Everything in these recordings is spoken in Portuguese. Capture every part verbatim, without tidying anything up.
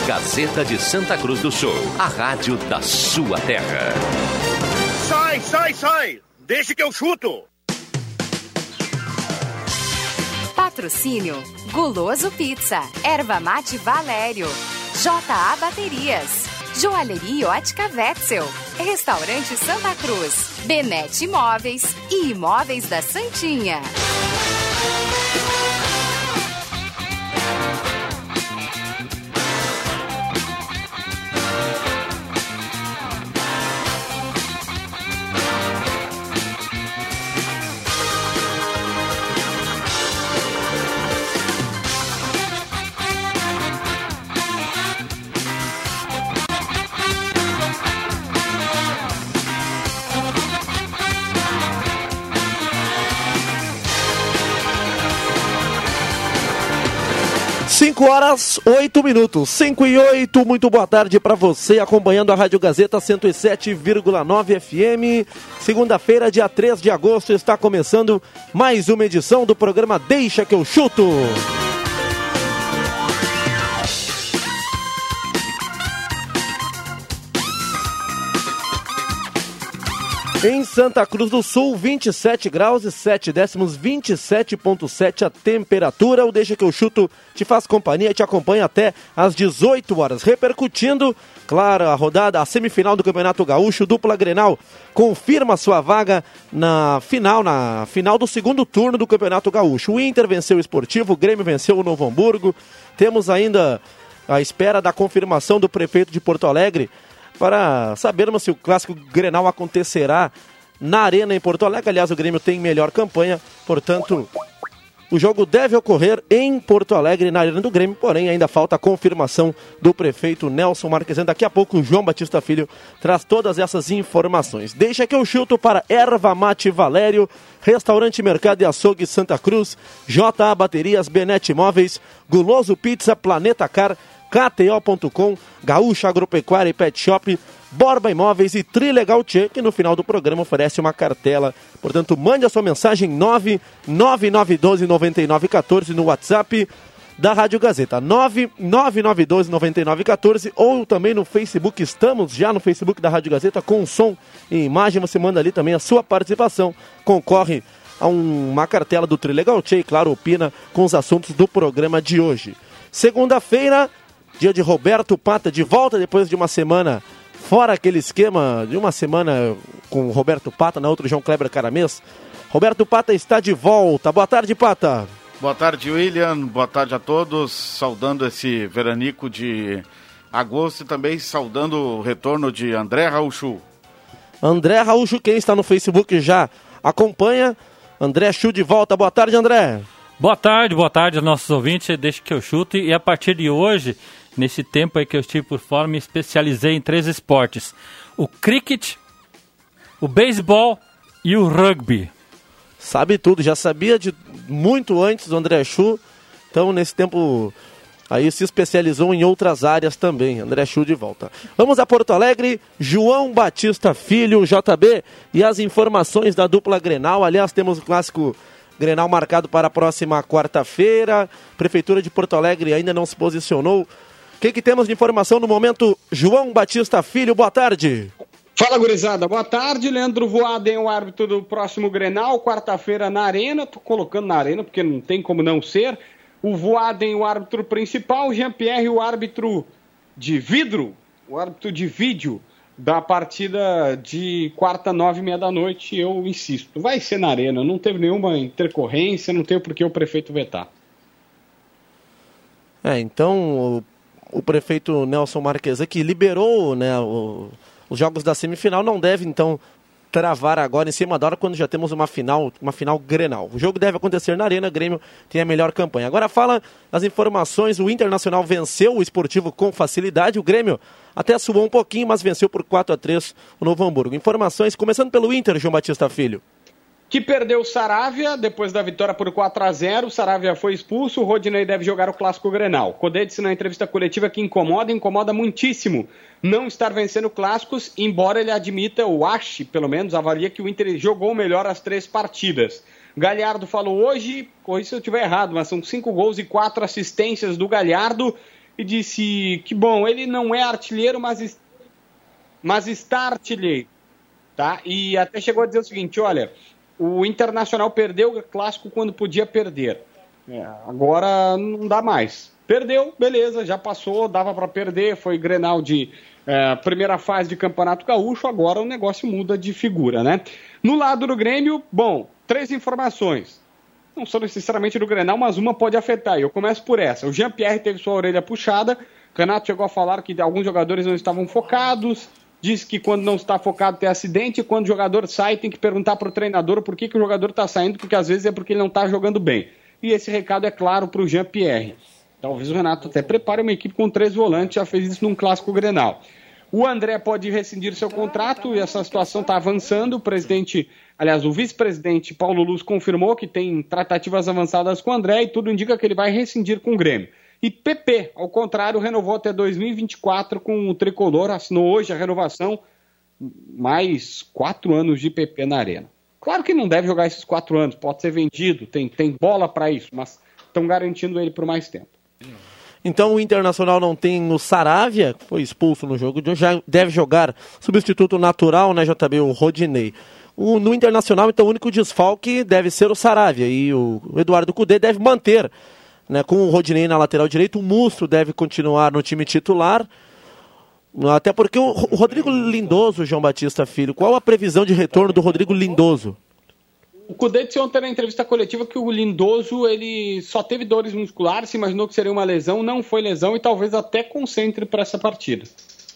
Gazeta de Santa Cruz do Sul, a rádio da sua terra. Sai, sai, sai! Deixa que eu chuto! Patrocínio Guloso Pizza, Erva Mate Valério, J A Baterias, Joalheria Ótica Wetzel, Restaurante Santa Cruz, Benete Imóveis e Imóveis da Santinha. cinco horas, oito minutos, cinco e oito, muito boa tarde para você acompanhando a Rádio Gazeta cento e sete vírgula nove F M. Segunda-feira, dia três de agosto, está começando mais uma edição do programa Deixa que eu chuto. Em Santa Cruz do Sul, vinte e sete graus e sete décimos, vinte e sete vírgula sete a temperatura. O Deixa que eu chuto te faz companhia e te acompanha até às dezoito horas. Repercutindo, claro, a rodada, a semifinal do Campeonato Gaúcho, dupla Grenal confirma sua vaga na final, na final do segundo turno do Campeonato Gaúcho. O Inter venceu o Esportivo, o Grêmio venceu o Novo Hamburgo. Temos ainda a espera da confirmação do prefeito de Porto Alegre para sabermos se o clássico Grenal acontecerá na Arena em Porto Alegre. Aliás, o Grêmio tem melhor campanha, portanto, o jogo deve ocorrer em Porto Alegre, na Arena do Grêmio, porém ainda falta a confirmação do prefeito Nelson Marquezine. Daqui a pouco o João Batista Filho traz todas essas informações. Deixa que eu chuto para Erva Mate Valério, Restaurante Mercado e Açougue Santa Cruz, J A Baterias, Benete Imóveis, Guloso Pizza, Planeta Car, K T O ponto com, Gaúcha Agropecuária e Pet Shop, Borba Imóveis e Trilegal Tchê, que no final do programa oferece uma cartela. Portanto, mande a sua mensagem nove nove nove um dois nove nove um quatro no WhatsApp da Rádio Gazeta, nove nove nove um dois nove nove um quatro, ou também no Facebook. Estamos já no Facebook da Rádio Gazeta com som e imagem. Você manda ali também a sua participação, concorre a um, uma cartela do Trilegal Tchê e, claro, opina com os assuntos do programa de hoje. Segunda-feira, dia de Roberto Pata, de volta depois de uma semana fora aquele esquema de uma semana com o Roberto Pata, na outra João Kleber Caramês. Roberto Pata está de volta. Boa tarde, Pata. Boa tarde, William. Boa tarde a todos. Saudando esse veranico de agosto e também saudando o retorno de André Raúcho. André Raúcho, quem está no Facebook já acompanha. André Chu de volta. Boa tarde, André. Boa tarde, boa tarde aos nossos ouvintes. Deixa que eu chute. E a partir de hoje, nesse tempo aí que eu estive por fora, me especializei em três esportes: o cricket, o beisebol e o rugby. Sabe tudo, já sabia de muito antes do André Chu, então nesse tempo aí se especializou em outras áreas também. André Chu de volta. Vamos a Porto Alegre, João Batista Filho, J B, e as informações da dupla Grenal. Aliás, temos o clássico Grenal marcado para a próxima quarta-feira. Prefeitura de Porto Alegre ainda não se posicionou. O que, que temos de informação no momento? João Batista Filho, boa tarde. Fala, gurizada. Boa tarde. Leandro Voaden, o árbitro do próximo Grenal, quarta-feira na Arena. Tô colocando na Arena porque não tem como não ser. O Voaden, o árbitro principal. Jean-Pierre, o árbitro de vidro, o árbitro de vídeo da partida de quarta, nove e meia da noite. Eu insisto, vai ser na Arena. Não teve nenhuma intercorrência, não tem por que o prefeito vetar. É, então o, o prefeito Nelson Marquezine, que liberou, né, o, os jogos da semifinal, não deve então travar agora em cima da hora, quando já temos uma final, uma final Grenal. O jogo deve acontecer na Arena, o Grêmio tem a melhor campanha. Agora fala as informações: o Internacional venceu o Esportivo com facilidade, o Grêmio até suou um pouquinho, mas venceu por quatro a três o Novo Hamburgo. Informações, começando pelo Inter, João Batista Filho. Que perdeu o Saravia depois da vitória por quatro a zero. O Saravia foi expulso, o Rodinei deve jogar o clássico Grenal. Codê disse na entrevista coletiva que incomoda, incomoda muitíssimo não estar vencendo clássicos, embora ele admita, ou ache, pelo menos, avalia que o Inter jogou melhor as três partidas. Galhardo falou hoje, corrija se eu estiver errado, mas são cinco gols e quatro assistências do Galhardo, e disse que, bom, ele não é artilheiro, mas, mas está artilheiro, tá? E até chegou a dizer o seguinte, olha, o Internacional perdeu o Clássico quando podia perder. É, agora não dá mais. Perdeu, beleza, já passou, dava para perder, foi Grenal de é, primeira fase de Campeonato Gaúcho, agora o negócio muda de figura, né? No lado do Grêmio, bom, três informações. Não são necessariamente do Grenal, mas uma pode afetar. E eu começo por essa. O Jean-Pierre teve sua orelha puxada, Renato chegou a falar que alguns jogadores não estavam focados, disse que quando não está focado tem acidente, e quando o jogador sai tem que perguntar para o treinador por que, que o jogador está saindo, porque às vezes é porque ele não está jogando bem. E esse recado é claro para o Jean-Pierre. Talvez o Renato até prepare uma equipe com três volantes, já fez isso num clássico Grenal. O André pode rescindir seu contrato e essa situação está avançando. O presidente, aliás, o vice-presidente Paulo Luz confirmou que tem tratativas avançadas com o André e tudo indica que ele vai rescindir com o Grêmio. E P P, ao contrário, renovou até dois mil e vinte e quatro com o Tricolor, assinou hoje a renovação, mais quatro anos de P P na Arena. Claro que não deve jogar esses quatro anos, pode ser vendido, tem, tem bola para isso, mas estão garantindo ele por mais tempo. Então o Internacional não tem o Saravia, que foi expulso no jogo, já deve jogar substituto natural, né, J B, o Rodinei. O, no Internacional, então, o único desfalque deve ser o Saravia, e o, o Eduardo Cudê deve manter, né, com o Rodinei na lateral direita, o Musto deve continuar no time titular, até porque o, o Rodrigo Lindoso, João Batista Filho, qual a previsão de retorno do Rodrigo Lindoso? O Cudê disse ontem na entrevista coletiva que o Lindoso ele só teve dores musculares, se imaginou que seria uma lesão, não foi lesão e talvez até concentre para essa partida.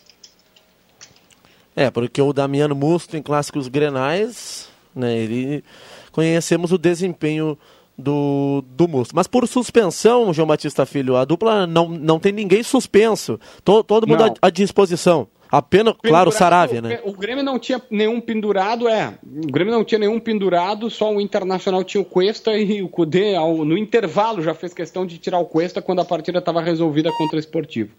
É, porque o Damiano Musto em clássicos grenais, né, ele conhecemos o desempenho do, do Musto. Mas por suspensão, João Batista Filho, a dupla não, não tem ninguém suspenso, todo, todo mundo à, à disposição. Apenas, claro, o Saravia, né? O Grêmio não tinha nenhum pendurado, é. O Grêmio não tinha nenhum pendurado, só o Internacional tinha o Cuesta e o Cudê, ao, no intervalo, já fez questão de tirar o Cuesta quando a partida estava resolvida contra o Esportivo.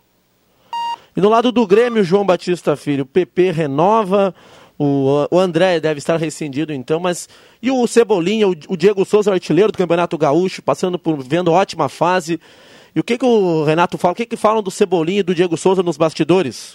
E no lado do Grêmio, João Batista Filho, o P P renova, o, o André deve estar rescindido então, mas e o Cebolinha, o, o Diego Souza, artilheiro do Campeonato Gaúcho, passando por, vendo ótima fase. E o que, que o Renato fala? O que, que falam do Cebolinha e do Diego Souza nos bastidores?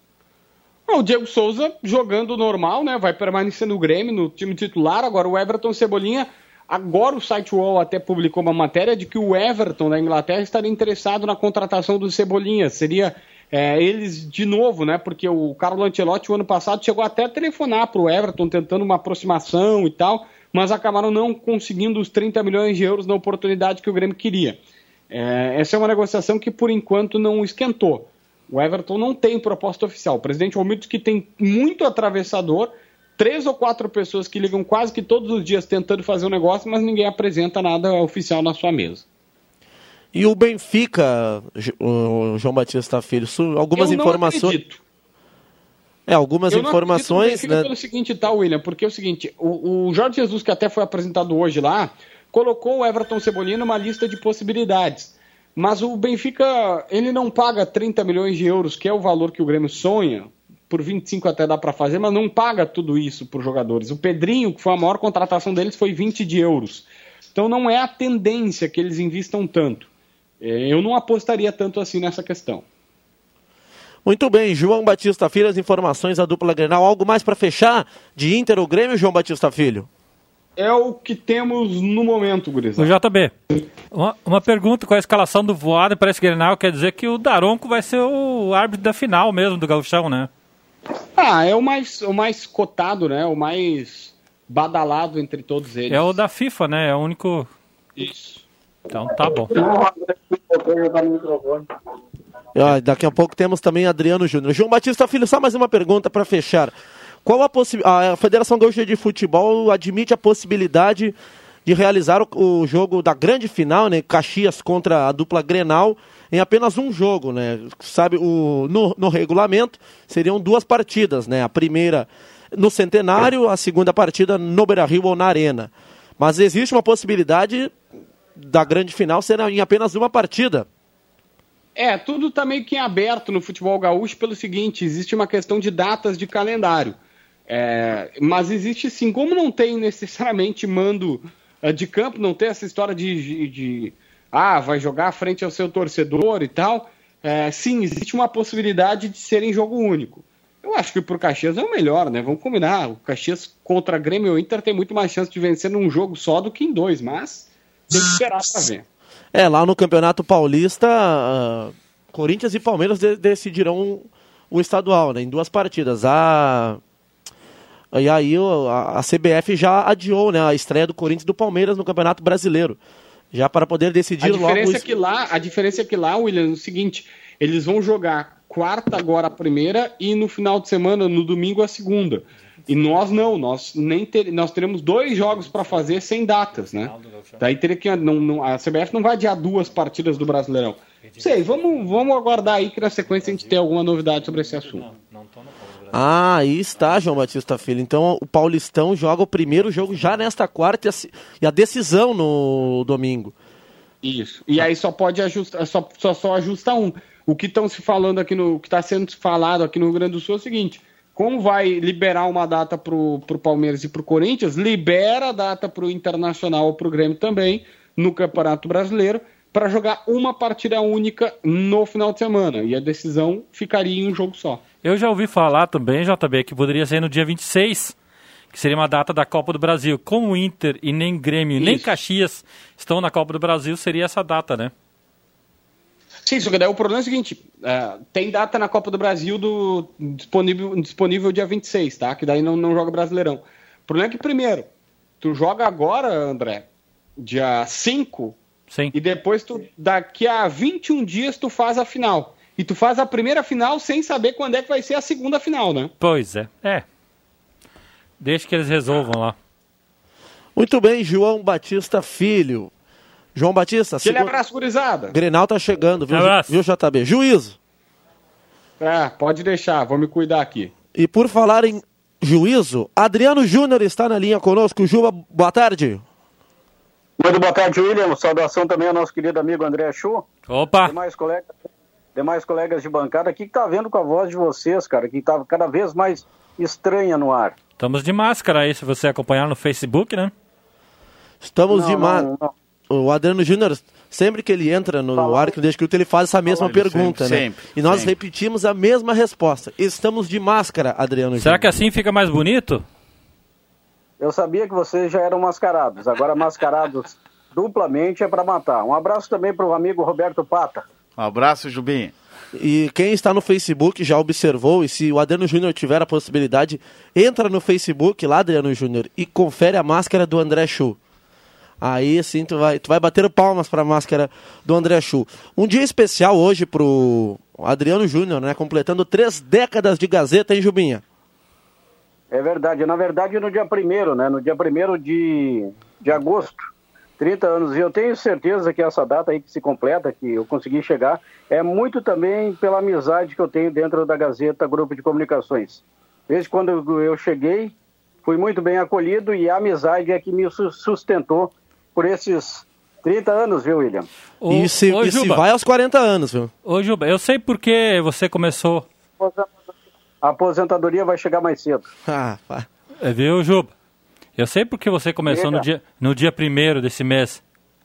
O Diego Souza jogando normal, né? Vai permanecer no Grêmio, no time titular. Agora o Everton Cebolinha, agora o site U O L até publicou uma matéria de que o Everton da Inglaterra estaria interessado na contratação do Cebolinha. Seria é, eles de novo, né? Porque o Carlo Ancelotti o ano passado chegou até a telefonar para o Everton tentando uma aproximação e tal, mas acabaram não conseguindo os trinta milhões de euros na oportunidade que o Grêmio queria. É, essa é uma negociação que por enquanto não esquentou. O Everton não tem proposta oficial. O presidente Romildo diz que tem muito atravessador, três ou quatro pessoas que ligam quase que todos os dias tentando fazer um negócio, mas ninguém apresenta nada oficial na sua mesa. E o Benfica, o João Batista Filho, algumas Eu não informações... acredito. É, algumas Eu não informações... acredito no Benfica, né? Pelo seguinte, tá, William? Porque é o seguinte, o, o Jorge Jesus, que até foi apresentado hoje lá, colocou o Everton Cebolinha numa lista de possibilidades. Mas o Benfica, ele não paga trinta milhões de euros, que é o valor que o Grêmio sonha, por vinte e cinco até dá para fazer, mas não paga tudo isso para os jogadores. O Pedrinho, que foi a maior contratação deles, foi vinte de euros. Então não é a tendência que eles invistam tanto. Eu não apostaria tanto assim nessa questão. Muito bem, João Batista Filho, as informações da dupla Grenal. Algo mais para fechar de Inter ou Grêmio, João Batista Filho? É o que temos no momento, gurizada. O J B, uma, uma pergunta com a escalação do Voada para esse Grenal, quer dizer que o Daronco vai ser o árbitro da final mesmo do Gauchão, né? Ah, é o mais, o mais cotado, né? O mais badalado entre todos eles. É o da FIFA, né? É o único... Isso. Então tá bom. Ah, daqui a pouco temos também Adriano Júnior. João Batista Filho, só mais uma pergunta para fechar. Qual a possibilidade? A Federação Gaúcha de Futebol admite a possibilidade de realizar o, o jogo da grande final, né? Caxias contra a dupla Grenal, em apenas um jogo, né? Sabe, o, no, no regulamento seriam duas partidas, né? A primeira no Centenário, a segunda partida no Beira-Rio ou na Arena. Mas existe uma possibilidade da grande final ser em apenas uma partida. É, tudo está meio que em aberto no futebol gaúcho pelo seguinte, existe uma questão de datas de calendário. É, mas existe sim, como não tem necessariamente mando uh, de campo, não tem essa história de, de, ah, vai jogar frente ao seu torcedor e tal, é, sim, existe uma possibilidade de ser em jogo único. Eu acho que pro Caxias é o melhor, né? Vamos combinar. O Caxias contra Grêmio ou Inter tem muito mais chance de vencer num jogo só do que em dois, mas tem que esperar pra ver. É, lá no Campeonato Paulista, uh, Corinthians e Palmeiras de- decidirão o estadual, né? Em duas partidas. A... E aí a, a C B F já adiou, né, a estreia do Corinthians e do Palmeiras no Campeonato Brasileiro. Já para poder decidir A diferença, logo... é que lá, a diferença é que lá, William, é o seguinte, eles vão jogar quarta agora a primeira e no final de semana, no domingo, a segunda. E nós não, nós, nem ter, nós teremos dois jogos para fazer sem datas, né? Daí teria que... Não, não, a C B F não vai adiar duas partidas do Brasileirão. Não sei, vamos, vamos aguardar aí que na sequência a gente tem alguma novidade sobre esse assunto. Ah, aí está, João Batista Filho. Então o Paulistão joga o primeiro jogo já nesta quarta e a, e a decisão no domingo. Isso. E aí só pode ajustar, só, só, só ajusta um. O que estão se falando aqui no. O que está sendo falado aqui no Rio Grande do Sul é o seguinte: como vai liberar uma data pro, pro Palmeiras e pro Corinthians, libera a data pro Internacional ou pro Grêmio também, no Campeonato Brasileiro, para jogar uma partida única no final de semana. E a decisão ficaria em um jogo só. Eu já ouvi falar também, J B, que poderia ser no dia vinte e seis, que seria uma data da Copa do Brasil. Como o Inter e nem Grêmio, Isso. nem Caxias estão na Copa do Brasil, seria essa data, né? Sim, só que daí o problema é o seguinte, é, tem data na Copa do Brasil do, disponível, disponível dia vinte e seis, tá? Que daí não, não joga Brasileirão. O problema é que, primeiro, tu joga agora, André, dia cinco, Sim. e depois tu, daqui a vinte e um dias tu faz a final. E tu faz a primeira final sem saber quando é que vai ser a segunda final, né? Pois é. É. Deixa que eles resolvam lá. Muito bem, João Batista Filho. João Batista, Aquele segu... abraço, gurizada. Grenal tá chegando, viu, Abraço. viu, J B? Juízo. É, pode deixar, vou me cuidar aqui. E por falar em juízo, Adriano Júnior está na linha conosco. Juba, boa tarde. Muito boa tarde, William. Saudação também ao nosso querido amigo André Chu. Opa! Demais colegas, demais colegas de bancada. O que está vendo com a voz de vocês, cara? Que está cada vez mais estranha no ar. Estamos de máscara aí, se você acompanhar no Facebook, né? Estamos Não, de ma... não, não. O Adriano Júnior, sempre que ele entra no Fala. ar, que deixa que ele faz essa mesma Fala. pergunta, Sempre, né? sempre, e nós sempre. repetimos a mesma resposta. Estamos de máscara, Adriano Júnior. Será que assim fica mais bonito? Eu sabia que vocês já eram mascarados. Agora mascarados duplamente é para matar. Um abraço também para o amigo Roberto Pata. Um abraço, Jubim. E quem está no Facebook já observou, e se o Adriano Júnior tiver a possibilidade, entra no Facebook lá, Adriano Júnior, e confere a máscara do André Chu. Aí sim tu vai, tu vai bater palmas para a máscara do André Chu. Um dia especial hoje pro Adriano Júnior, né? Completando três décadas de Gazeta, hein, Jubinha? É verdade. Na verdade, no dia primeiro, né? No dia primeiro de, de agosto, trinta anos. E eu tenho certeza que essa data aí que se completa, que eu consegui chegar, é muito também pela amizade que eu tenho dentro da Gazeta Grupo de Comunicações. Desde quando eu cheguei, fui muito bem acolhido e a amizade é que me sustentou por esses trinta anos, viu, William? Ô, e se, ô, e se Juba, vai aos quarenta anos, viu? Ô, Juba, eu sei por que você começou... A aposentadoria vai chegar mais cedo. Ah, pá. É, viu, Juba? Eu sei por que você começou no dia, no dia primeiro desse mês.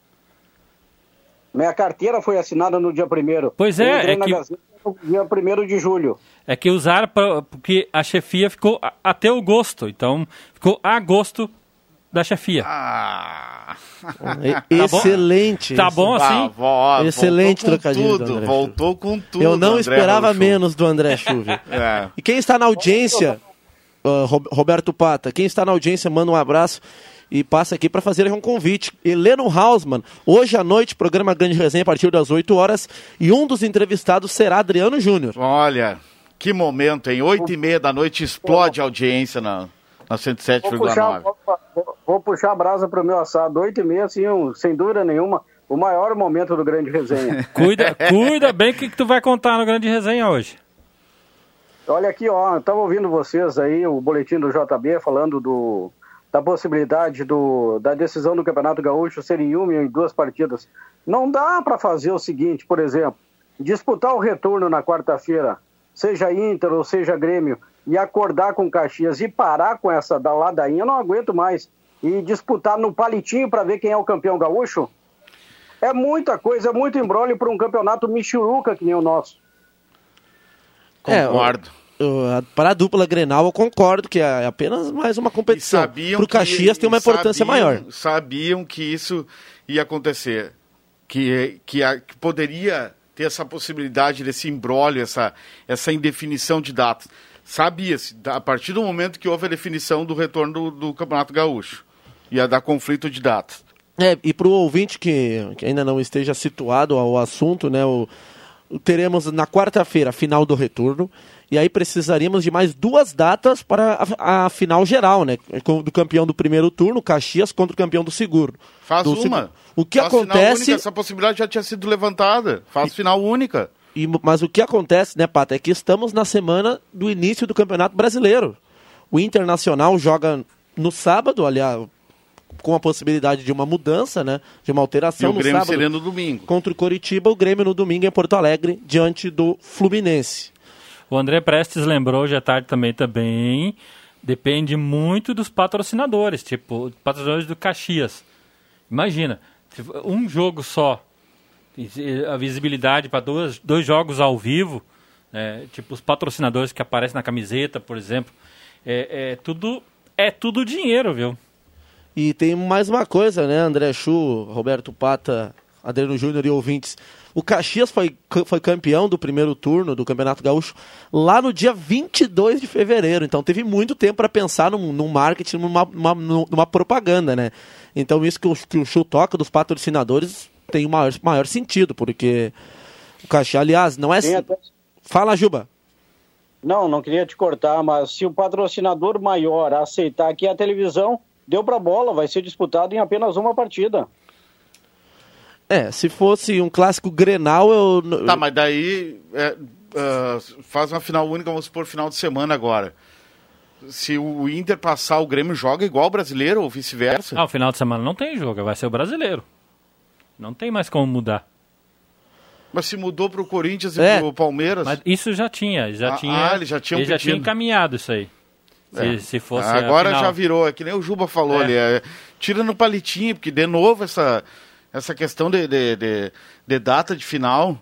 Minha carteira foi assinada no dia primeiro. Pois é, Eu entrei é na que- Gazeta no dia primeiro de julho. É que usaram pra, porque a chefia ficou a- até o gosto. Então, ficou a gosto da chefia. Ah, E- Excelente. Tá bom assim? Bah, ó, Excelente voltou com trocadilho do tudo, André voltou com tudo. Eu não André esperava Rochu. menos do André Chu, viu? É. E quem está na audiência, uh, Ro- Roberto Pata, quem está na audiência, manda um abraço e passa aqui para fazer um convite. Heleno Hausmann, hoje à noite, programa Grande Resenha a partir das oito horas, e um dos entrevistados será Adriano Júnior. Olha, que momento, hein? Oito e meia da noite explode a audiência na, na cento e sete Vou vírgula puxar, nove. vou, vou- vou puxar a brasa pro meu assado. Oito e meia, assim, um, sem dúvida nenhuma, o maior momento do Grande Resenha. Cuida, cuida bem o que, que tu vai contar no Grande Resenha hoje. Olha aqui, ó, eu estava ouvindo vocês aí, o boletim do J B, falando do, da possibilidade do, da decisão do Campeonato Gaúcho ser em uma ou em duas partidas. Não dá para fazer o seguinte, por exemplo, disputar o retorno na quarta-feira, seja Inter ou seja Grêmio, e acordar com Caxias e parar com essa da ladainha, eu não aguento mais. E disputar no palitinho para ver quem é o campeão gaúcho. É muita coisa, é muito embrólio para um campeonato michuruca que nem o nosso. Concordo. É, eu, eu, para a dupla Grenal, eu concordo que é apenas mais uma competição. Para o Caxias tem uma importância sabiam, maior. Sabiam que isso ia acontecer. Que, que, a, que poderia ter essa possibilidade desse imbróglio, essa, essa indefinição de datas. Sabia-se, a partir do momento que houve a definição do retorno do, do Campeonato Gaúcho. Ia dar conflito de datas. É, e para o ouvinte que, que ainda não esteja situado ao assunto, né, o, o, teremos na quarta-feira a final do retorno, e aí precisaríamos de mais duas datas para a, a final geral, né, do campeão do primeiro turno, Caxias, contra o campeão do segundo. Faz do uma. Seg... O que Faz acontece... final única, essa possibilidade já tinha sido levantada. Faz e... final única. E, mas o que acontece, né, Pata, é que estamos na semana do início do Campeonato Brasileiro. O Internacional joga no sábado, aliás, com a possibilidade de uma mudança, né, de uma alteração e o no Grêmio sábado. seria no domingo. Contra o Coritiba, o Grêmio no domingo em Porto Alegre, diante do Fluminense. O André Prestes lembrou hoje à tarde também, também, depende muito dos patrocinadores, tipo, patrocinadores do Caxias. Imagina, um jogo só, a visibilidade para dois, dois jogos ao vivo, né, tipo os patrocinadores que aparecem na camiseta, por exemplo, é, é, tudo, é tudo dinheiro, viu? E tem mais uma coisa, né, André Chu, Roberto Pata, Adriano Júnior e ouvintes. O Caxias foi, foi campeão do primeiro turno do Campeonato Gaúcho lá no dia vinte e dois de fevereiro. Então teve muito tempo para pensar num, num marketing, numa, numa, numa propaganda, né? Então isso que o, que o Chu toca dos patrocinadores tem o maior, maior sentido, porque o Caxias, aliás, não é... Até... Fala, Juba. Não, não queria te cortar, mas se o patrocinador maior aceitar que a televisão... Deu pra bola, vai ser disputado em apenas uma partida. É, se fosse um clássico Grenal, eu... Tá, mas daí é, uh, faz uma final única, vamos supor, final de semana agora. Se o Inter passar, o Grêmio joga igual o brasileiro ou vice-versa? Ah, o final de semana não tem jogo, vai ser o brasileiro. Não tem mais como mudar. Mas se mudou pro Corinthians é. e pro Palmeiras... Mas isso já tinha, já ah, tinha... Ah, eles já tinham ele já tinha encaminhado isso aí. Se, É. se fosse Agora a final. já virou, é que nem o Juba falou É. ali, é, tira no palitinho, porque de novo essa, essa questão de, de, de, de data de final.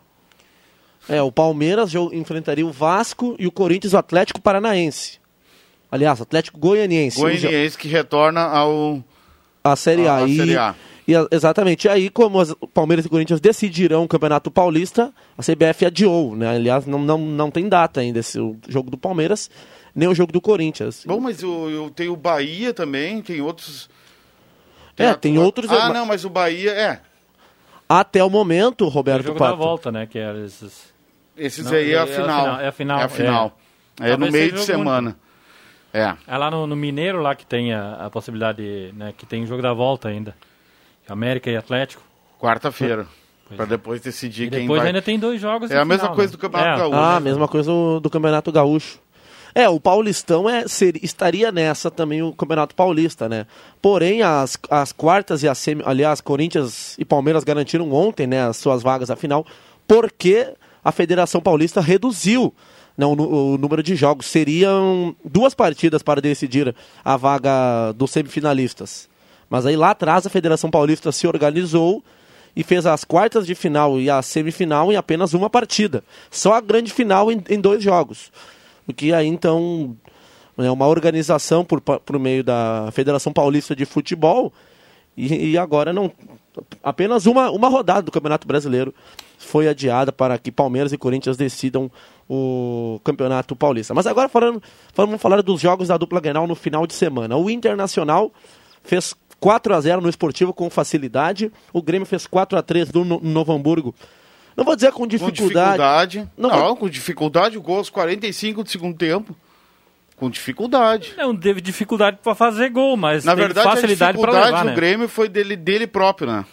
É, o Palmeiras enfrentaria o Vasco e o Corinthians o Atlético Paranaense. Aliás, Atlético Goianiense. Goianiense que retorna ao... A Série A. A, a e, Série A. E, exatamente. E aí, como as, o Palmeiras e o Corinthians decidirão o Campeonato Paulista, a C B F adiou, né? Aliás, não, não, não tem data ainda esse o jogo do Palmeiras, nem o jogo do Corinthians. Bom, mas eu, eu tenho o Bahia também, tem outros... Tem é, a, tem outros... Ah, não, mas o Bahia, é... Até o momento, Roberto o jogo Pato. da volta, né? Que era esses... Esses Não, aí é, é a a final. final, é a final, É a final. É, é no Talvez meio seja de jogo semana. É. É lá no, no Mineiro, lá que tem a, a possibilidade, né? Que tem o jogo da volta ainda. América e Atlético. Quarta-feira. Pois Pra é. depois decidir E quem depois vai... ainda tem dois jogos É no a mesma final, coisa né? do Campeonato É. Gaúcho. Ah, né? mesma coisa do, do Campeonato Gaúcho. É, o Paulistão é, seria, estaria nessa também o Campeonato Paulista, né? Porém, as, as quartas e as semi... Aliás, Corinthians e Palmeiras garantiram ontem, né, as suas vagas à final, porque a Federação Paulista reduziu, né, o, o número de jogos. Seriam duas partidas para decidir a vaga dos semifinalistas. Mas aí lá atrás a Federação Paulista se organizou e fez as quartas de final e a semifinal em apenas uma partida. Só a grande final em, em dois jogos. O que aí então é uma organização por, por meio da Federação Paulista de Futebol e, e agora não apenas uma, uma rodada do Campeonato Brasileiro foi adiada para que Palmeiras e Corinthians decidam o Campeonato Paulista. Mas agora falando, vamos falar dos jogos da dupla Grenal no final de semana. O Internacional fez quatro a zero no Esportivo com facilidade. O Grêmio fez quatro a três no, no Novo Hamburgo. Não vou dizer com dificuldade. Com dificuldade. Não, Não, vou... com dificuldade. O gol aos quarenta e cinco do segundo tempo. Com dificuldade. Não teve dificuldade para fazer gol, mas Na teve verdade, facilidade a para dificuldade levar, do né? Grêmio foi dele, dele próprio, né?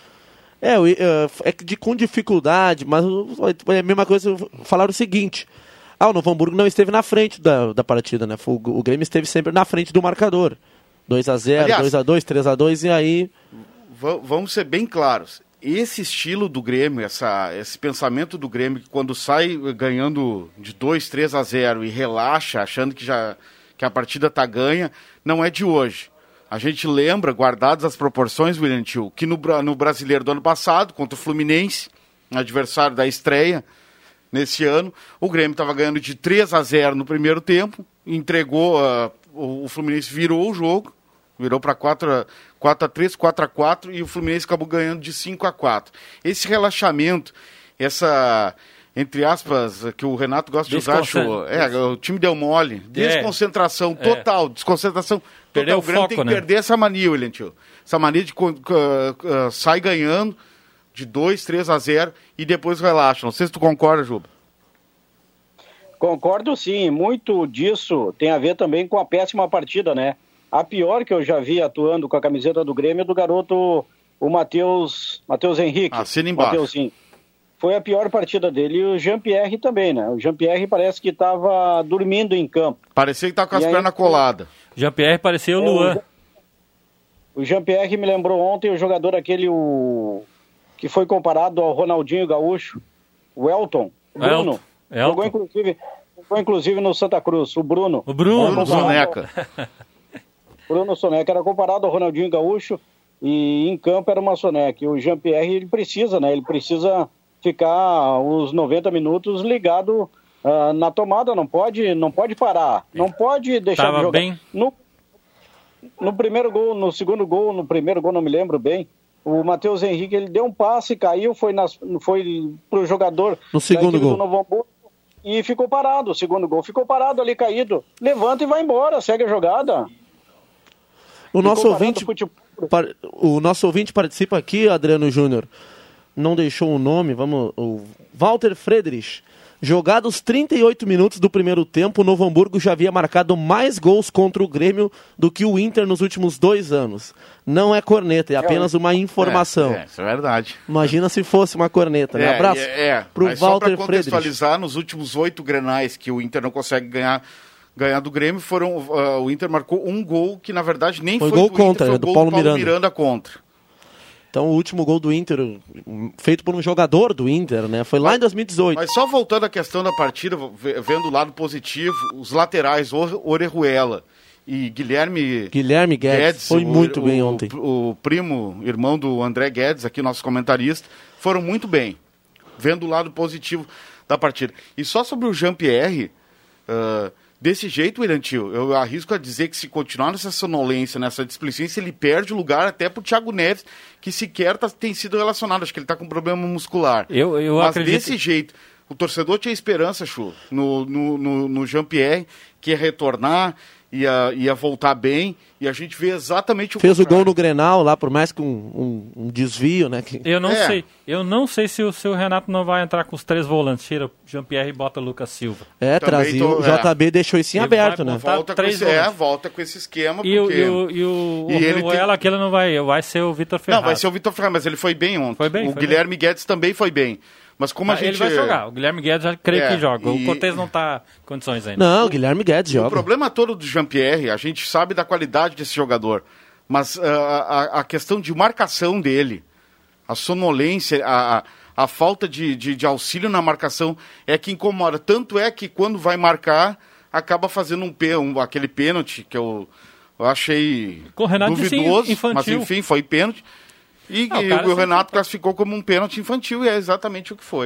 É, é de, com dificuldade, mas é a mesma coisa falar o seguinte. Ah, o Novo Hamburgo não esteve na frente da, da partida, né? O, o Grêmio esteve sempre na frente do marcador. dois a zero, Aliás, dois a dois, três a dois e aí... v- Vamos ser bem claros. Esse estilo do Grêmio, essa, esse pensamento do Grêmio, que quando sai ganhando de dois, três a zero e relaxa, achando que, já, que a partida está ganha, não é de hoje. A gente lembra, guardadas as proporções, William Tio, que no, no Brasileiro do ano passado, contra o Fluminense, adversário da estreia, nesse ano, o Grêmio estava ganhando de três a zero no primeiro tempo, entregou, uh, o, o Fluminense virou o jogo, virou para quatro a três, quatro a quatro, e o Fluminense acabou ganhando de cinco a quatro. Esse relaxamento, essa, entre aspas, que o Renato gosta de usar, achou, é, o time deu mole, desconcentração é. total, desconcentração total. O Grêmio foco, tem que né? perder essa mania, William Tio. Essa mania de uh, uh, sai ganhando de dois, três a zero e depois relaxa. Não sei se tu concorda, Juba. Concordo sim, muito disso tem a ver também com a péssima partida, né? A pior que eu já vi atuando com a camiseta do Grêmio é do garoto, o Matheus Matheus Henrique. Assina embaixo. Mateuzinho. Foi a pior partida dele. E o Jean-Pierre também, né? O Jean-Pierre parece que estava dormindo em campo. Parecia que estava com as pernas coladas. Jean-Pierre parecia o Luan. O Jean-Pierre me lembrou ontem o jogador aquele, o... que foi comparado ao Ronaldinho Gaúcho, o Elton, o Bruno. Elton. Jogou, inclusive, jogou inclusive no Santa Cruz, o Bruno. O Bruno, Bruno Soneca. Bruno Soneca era comparado ao Ronaldinho Gaúcho e em campo era uma Soneca. E o Jean-Pierre, ele precisa, né? Ele precisa ficar os noventa minutos ligado uh, na tomada, não pode, não pode parar, não pode deixar Tava de jogar. Bem... No, no primeiro gol, no segundo gol, no primeiro gol, não me lembro bem, o Matheus Henrique, ele deu um passe, caiu, foi, nas, foi pro jogador no segundo gol do Novo Hamburgo e ficou parado, o segundo gol, ficou parado ali, caído, levanta e vai embora, segue a jogada. O nosso, ouvinte, par, o nosso ouvinte participa aqui, Adriano Júnior, não deixou o nome, vamos, o Walter Friedrich. Jogados trinta e oito minutos do primeiro tempo, o Novo Hamburgo já havia marcado mais gols contra o Grêmio do que o Inter nos últimos dois anos. Não é corneta, é apenas uma informação. É, é, isso é verdade. Imagina se fosse uma corneta, né? É, Abraço é, é. pro Mas Walter só para contextualizar, Friedrich. Nos últimos oito Grenais que o Inter não consegue ganhar, ganhar do Grêmio, foram, uh, o Inter marcou um gol que, na verdade, nem foi, foi gol do contra, Inter, foi é, do gol Paulo, do Paulo Miranda. Miranda contra. Então, o último gol do Inter, feito por um jogador do Inter, né? Foi lá em dois mil e dezoito. Mas só voltando à questão da partida, vendo o lado positivo, os laterais, Orejuela e Guilherme... Guilherme Guedes, Guedes foi o, muito o, bem ontem. O, o primo, irmão do André Guedes, aqui nosso comentarista, foram muito bem, vendo o lado positivo da partida. E só sobre o Jean-Pierre... Uh, desse jeito, William Tio, eu arrisco a dizer que se continuar nessa sonolência, nessa displicência, ele perde o lugar até pro Thiago Neves, que sequer tá, tem sido relacionado. Acho que ele tá com problema muscular. Eu, eu Mas acredito... desse jeito, o torcedor tinha esperança, Chu, no, no, no, no Jean-Pierre, que ia retornar, ia, ia voltar bem, e a gente vê exatamente o Fez contrário. o gol no Grenal lá, por mais que um, um, um desvio, né? Que... Eu não É. sei. Eu não sei se o seu Renato não vai entrar com os três volantes. Tira o Jean-Pierre e bota o Lucas Silva. É, Também trazia. tô- O é. J B deixou isso em Ele aberto, vai né? botar- Volta com, três esse, é, volantes. volta com esse esquema, E, o- porque... e o, e o, E o ele Ruela, tem- aquele não vai, vai ser o Vitor Ferraz. Não, vai ser o Vitor Ferraz, mas ele foi bem ontem. Foi bem, o foi Guilherme Guedes também foi bem. Mas como a Ah, gente... Ele vai jogar. O Guilherme Guedes já creio É, que joga. e- O Cortez não tá em condições ainda. Não, o Guilherme Guedes O joga. problema todo do Jean-Pierre, a gente sabe da qualidade desse jogador, mas uh, a, a questão de marcação dele, a sonolência, a, a, a falta de, de, de auxílio na marcação é que incomoda. Tanto é que quando vai marcar, acaba fazendo um, pê- um aquele pênalti que eu, eu achei Com o Renato disse duvidoso, infantil. mas enfim, foi pênalti. E, Ah, o e cara o sempre- Renato classificou como um pênalti infantil e é exatamente o que foi.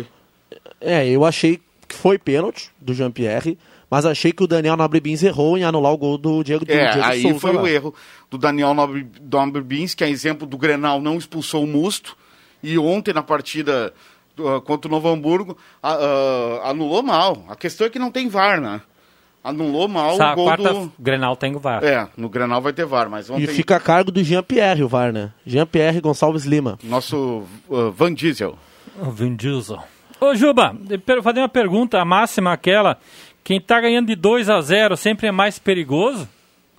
É, eu achei que foi pênalti do Jean-Pierre, mas achei que o Daniel Nobre Bins errou em anular o gol do Diego, do É, Diego aí Souza foi lá. o erro do Daniel Nobre, Nobre Bins, que é exemplo do Grenal, não expulsou o Musto, e ontem na partida uh, contra o Novo Hamburgo uh, uh, anulou mal. A questão é que não tem V A R, né? Anulou mal Sa- o gol quarta, do... Grenal tem o V A R. É, no Grenal vai ter V A R, mas ontem E fica a cargo do Jean-Pierre, o V A R, né? Jean-Pierre Gonçalves Lima. nosso uh, Van Diesel. O Vin Diesel. Ô, Juba, eu per- fazer uma pergunta, a máxima aquela, quem tá ganhando de dois a zero sempre é mais perigoso?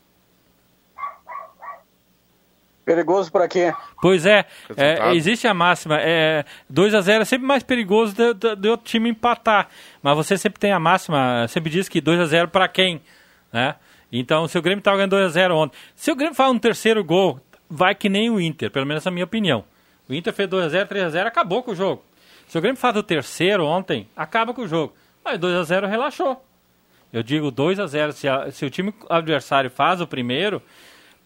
Perigoso pra quê? Pois é, é, Resultado. existe a máxima, é, dois a zero é sempre mais perigoso de, de, de outro time empatar, mas você sempre tem a máxima, sempre diz que dois a zero para quem, né? Então, se o Grêmio estava ganhando dois a zero ontem, se o Grêmio faz um terceiro gol, vai que nem o Inter, pelo menos essa é a minha opinião. O Inter fez dois a zero, três a zero, acabou com o jogo. Se o Grêmio faz o terceiro ontem, acaba com o jogo. Mas dois a zero relaxou. Eu digo dois a zero, se, a, se o time adversário faz o primeiro,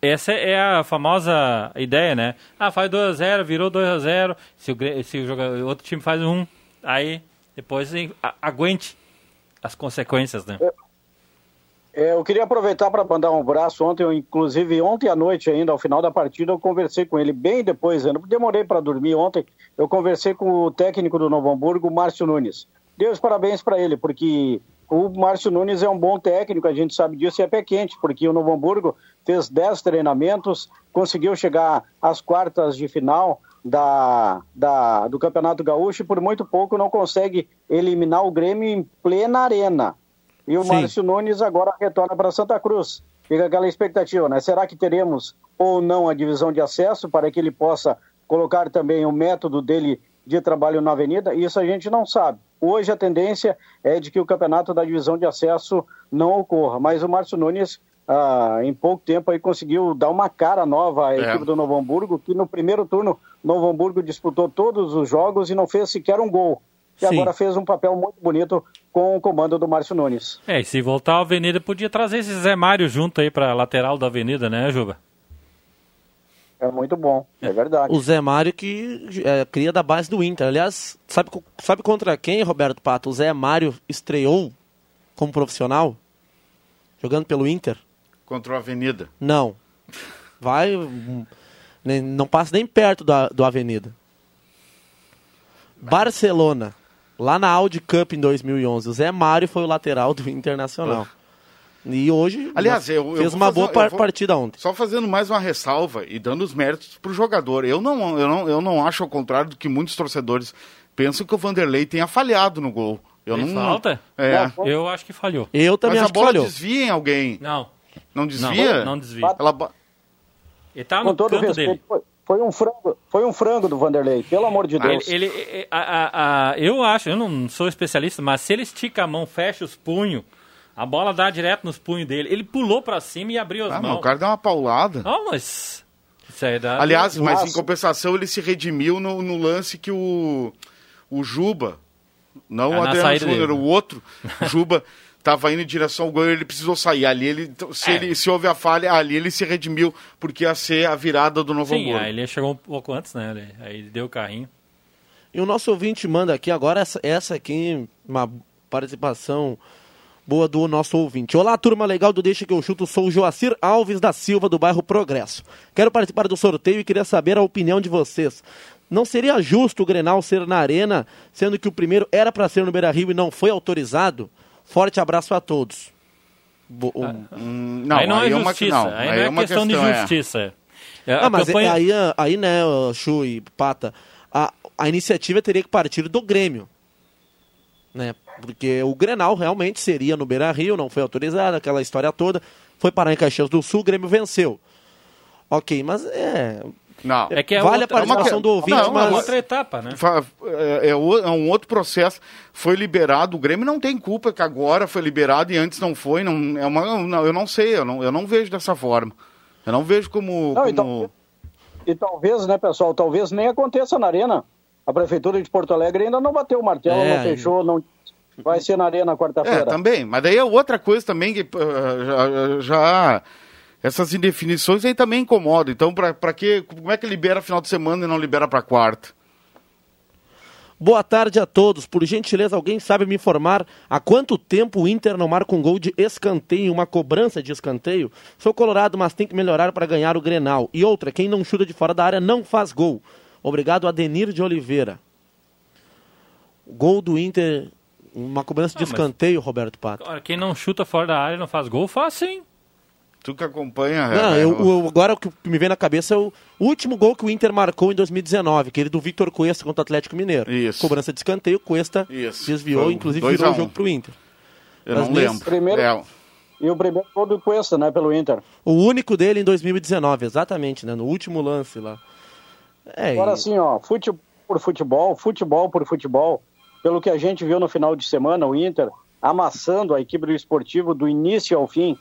essa é a famosa ideia, né? Ah, faz dois a zero, virou dois a zero, se o, se o, jogador, o outro time faz um, aí depois a, aguente as consequências, né? É, eu queria aproveitar para mandar um abraço ontem, eu, inclusive ontem à noite ainda, ao final da partida, eu conversei com ele bem depois, eu não demorei para dormir ontem, eu conversei com o técnico do Novo Hamburgo, Márcio Nunes. Dei os parabéns para ele, porque o Márcio Nunes é um bom técnico, a gente sabe disso, e é pé quente, porque o Novo Hamburgo fez dez treinamentos, conseguiu chegar às quartas de final da, da, do Campeonato Gaúcho e por muito pouco não consegue eliminar o Grêmio em plena arena. E o Sim. Márcio Nunes agora retorna para Santa Cruz. Fica aquela expectativa, né? Será que teremos ou não a divisão de acesso para que ele possa colocar também o método dele de trabalho na Avenida? Isso a gente não sabe. Hoje a tendência é de que o campeonato da divisão de acesso não ocorra, mas o Márcio Nunes, ah, em pouco tempo, aí conseguiu dar uma cara nova à é. equipe do Novo Hamburgo, que no primeiro turno, Novo Hamburgo disputou todos os jogos e não fez sequer um gol. E Sim. agora fez um papel muito bonito com o comando do Márcio Nunes. É, e se voltar à Avenida, podia trazer esse Zé Mário junto aí para lateral da Avenida, né, Juba? É muito bom, é verdade. O Zé Mário que é, cria da base do Inter. Aliás, sabe, sabe contra quem, Roberto Pato? O Zé Mário estreou como profissional? Jogando pelo Inter? Contra o Avenida. Não. Vai... Não passa nem perto da, do Avenida. Barcelona. Lá na Audi Cup em dois mil e onze. O Zé Mário foi o lateral do Internacional. Oh. E hoje Aliás, eu, fez eu uma fazer, boa par- vou, partida ontem. Só fazendo mais uma ressalva e dando os méritos para o jogador. Eu não, eu, não, eu não acho, ao contrário do que muitos torcedores pensam, que o Vanderlei tenha falhado no gol. Eu Fez não, falta? É. Eu acho que falhou. Eu também Mas acho a bola que falhou. desvia em alguém. Não. Não desvia? Não, não desvia. Ela... Ele tá no Com todo canto respeito, dele. Foi, foi, um frango, foi um frango do Vanderlei, pelo amor de Deus. Ele, ele, a, a, a, eu acho, eu não sou especialista, mas se ele estica a mão, fecha os punhos, a bola dá direto nos punhos dele. Ele pulou pra cima e abriu as ah, mãos. Mas o cara deu uma paulada. Não, mas... Isso aí dá... Aliás, mas Nossa. em compensação ele se redimiu no, no lance que o, o Juba, não Ah, o na Adriano saída Júnior, dele. o outro, o Juba estava indo em direção ao gol e ele precisou sair. Ali ele, se, É. ele, se houve a falha, ali ele se redimiu, porque ia ser a virada do Novo Sim, Hamburgo. aí ele chegou um pouco antes, né? Ele, aí ele deu o carrinho. E o nosso ouvinte manda aqui agora essa, essa aqui, uma participação boa do nosso ouvinte. Olá, turma legal do Deixa que eu chuto, sou o Joacir Alves da Silva, do bairro Progresso. Quero participar do sorteio e queria saber a opinião de vocês. Não seria justo o Grenal ser na Arena, sendo que o primeiro era para ser no Beira-Rio e não foi autorizado? Forte abraço a todos. Bo- um... Hum, não, aí não é uma- justiça, não, aí aí não é, é uma questão, questão, de é. justiça. É. A Ah, mas campanha... é, aí, aí, né, Chu e Pata, a, a iniciativa teria que partir do Grêmio. Né? Porque o Grenal realmente seria no Beira-Rio, não foi autorizado, aquela história toda. Foi parar em Caxias do Sul, o Grêmio venceu. Ok, mas é... Não. É que é vale outra, a participação é uma- do ouvinte, não, mas... é outra etapa, né? Fa- É, é o- é um outro processo. Foi liberado. O Grêmio não tem culpa que agora foi liberado e antes não foi. Não, é uma, não, eu não sei, eu não, eu não vejo dessa forma. Eu não vejo como. Não, como... e, tal- e talvez, né, pessoal, talvez nem aconteça na Arena. A Prefeitura de Porto Alegre ainda não bateu o martelo, É, não fechou, não vai ser na Arena É, quarta-feira. também. Mas daí é outra coisa também que uh, já, já. Essas indefinições aí também incomodam. Então, pra, pra que, como é que libera final de semana e não libera pra quarta? Boa tarde a todos. Por gentileza, alguém sabe me informar há quanto tempo o Inter não marca um gol de escanteio, uma cobrança de escanteio? Sou colorado, mas tem que melhorar para ganhar o Grenal. E outra, quem não chuta de fora da área não faz gol. Obrigado, Adenir de Oliveira. Gol do Inter, uma cobrança de Ah, mas- escanteio, Roberto Pato. Agora, quem não chuta fora da área e não faz gol, faz sim. Tu que acompanha. Não, é, eu, o- eu- agora o que me vem na cabeça é o último gol que o Inter marcou em dois mil e dezenove, aquele do Victor Cuesta contra o Atlético Mineiro. Isso. Cobrança de escanteio, Cuesta Isso. desviou, Foi inclusive dois virou a o um. jogo pro Inter. eu mas não nesse lembro. primeiro- É, E o primeiro gol do Cuesta, né, pelo Inter. O único dele em dois mil e dezenove, exatamente, né? No último lance lá. É, Agora e- assim, ó, futebol por futebol, futebol por futebol, pelo que a gente viu no final de semana, o Inter amassando a equipe do Esportivo do início ao fim.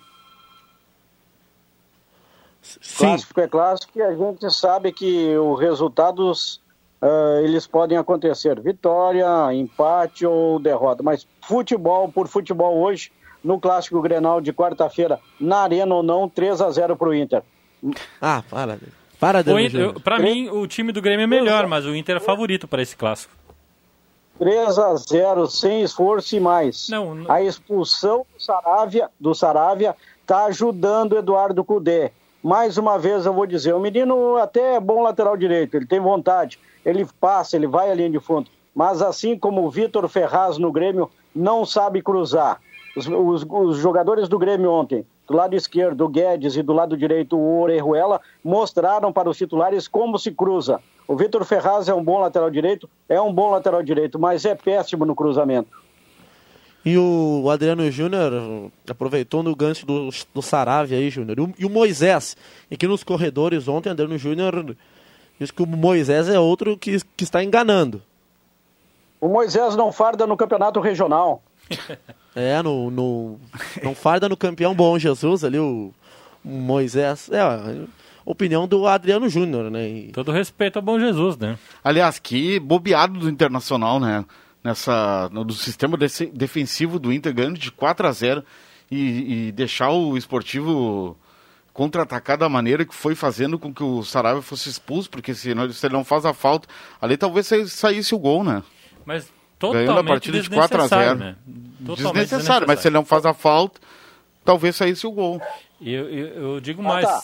sim, Clássico é clássico e a gente sabe que os resultados ah, eles podem acontecer. Vitória, empate ou derrota. Mas futebol por futebol hoje, no Clássico Grenal de quarta-feira, na Arena ou não, três a zero para o Inter. Ah, para. Para, Adriano Júnior. Para mim, o time do Grêmio é melhor, mas o Inter é favorito para esse clássico. três a zero, sem esforço e mais. Não, não... A expulsão do Saravia, do Saravia tá ajudando o Eduardo Cudê. Mais uma vez eu vou dizer, o menino até é bom lateral direito, ele tem vontade, ele passa, ele vai à linha de fundo. Mas assim como o Vitor Ferraz no Grêmio, não sabe cruzar. Os, os, os jogadores do Grêmio ontem, do lado esquerdo, o Guedes, e do lado direito, o Orejuela, mostraram para os titulares como se cruza. O Vitor Ferraz é um bom lateral direito, é um bom lateral direito, mas é péssimo no cruzamento. E o Adriano Júnior aproveitou no gancho do, do Saravia aí, Júnior. E o, e o Moisés, e aqui nos corredores ontem, o Adriano Júnior disse que o Moisés é outro que, que está enganando. O Moisés não farda no campeonato regional. É, no, no, não farda no campeão Bom Jesus ali, o, o Moisés. É, a opinião do Adriano Júnior, né? E... Todo respeito ao Bom Jesus, né? Aliás, que bobeado do Internacional, né? Nessa, no, do sistema de, defensivo do Inter, ganhando de quatro a zero e, e deixar o Esportivo contra-atacar da maneira que foi, fazendo com que o Saravia fosse expulso, porque se, não, se ele não faz a falta, ali talvez saísse o gol, né? Mas totalmente ganhando a partida de quatro a zero. Né? Desnecessário, desnecessário, mas se ele não faz a falta, talvez saísse o gol. Eu, eu, eu digo mais... Ah, tá.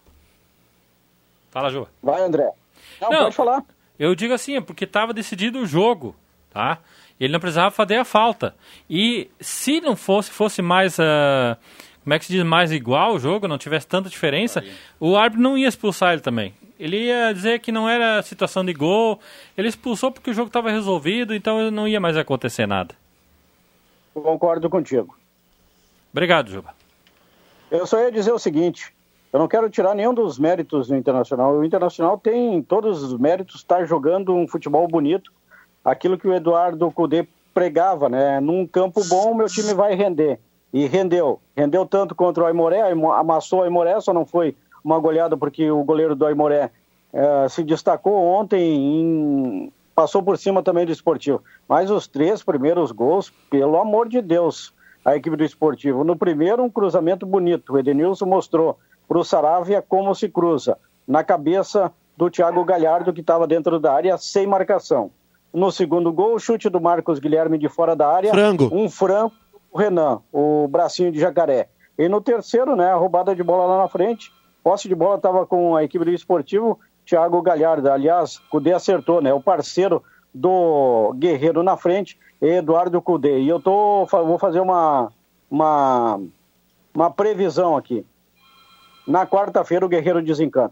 Fala, Jô. Vai, André. Não, não, pode falar. Eu digo assim, é porque estava decidido o jogo. Tá? Ele não precisava fazer a falta. E se não fosse, fosse mais, uh, como é que se diz, mais igual o jogo, não tivesse tanta diferença, aí o árbitro não ia expulsar ele também. Ele ia dizer que não era situação de gol, ele expulsou porque o jogo estava resolvido, então não ia mais acontecer nada. Concordo contigo. Obrigado, Juba. Eu só ia dizer o seguinte, eu não quero tirar nenhum dos méritos do Internacional. O Internacional tem todos os méritos, está jogando um futebol bonito, aquilo que o Eduardo Cudê pregava, né? Num campo bom, meu time vai render. E rendeu. Rendeu tanto contra o Aimoré, amassou o Aimoré, só não foi uma goleada porque o goleiro do Aimoré eh, se destacou ontem, em... passou por cima também do Esportivo. Mas os três primeiros gols, pelo amor de Deus, a equipe do Esportivo. No primeiro, um cruzamento bonito. O Edenilson mostrou para o Saravia como se cruza. Na cabeça do Thiago Galhardo, que estava dentro da área, sem marcação. No segundo gol, o chute do Marcos Guilherme de fora da área. Frango. Um frango, o Renan, o bracinho de jacaré. E no terceiro, né, a roubada de bola lá na frente. Posse de bola estava com a equipe do Esportivo, Thiago Galhardo. Aliás, Cudê acertou, né? O parceiro do Guerreiro na frente, Eduardo Cudê. E eu tô, vou fazer uma, uma, uma previsão aqui. Na quarta-feira, o Guerreiro desencanta.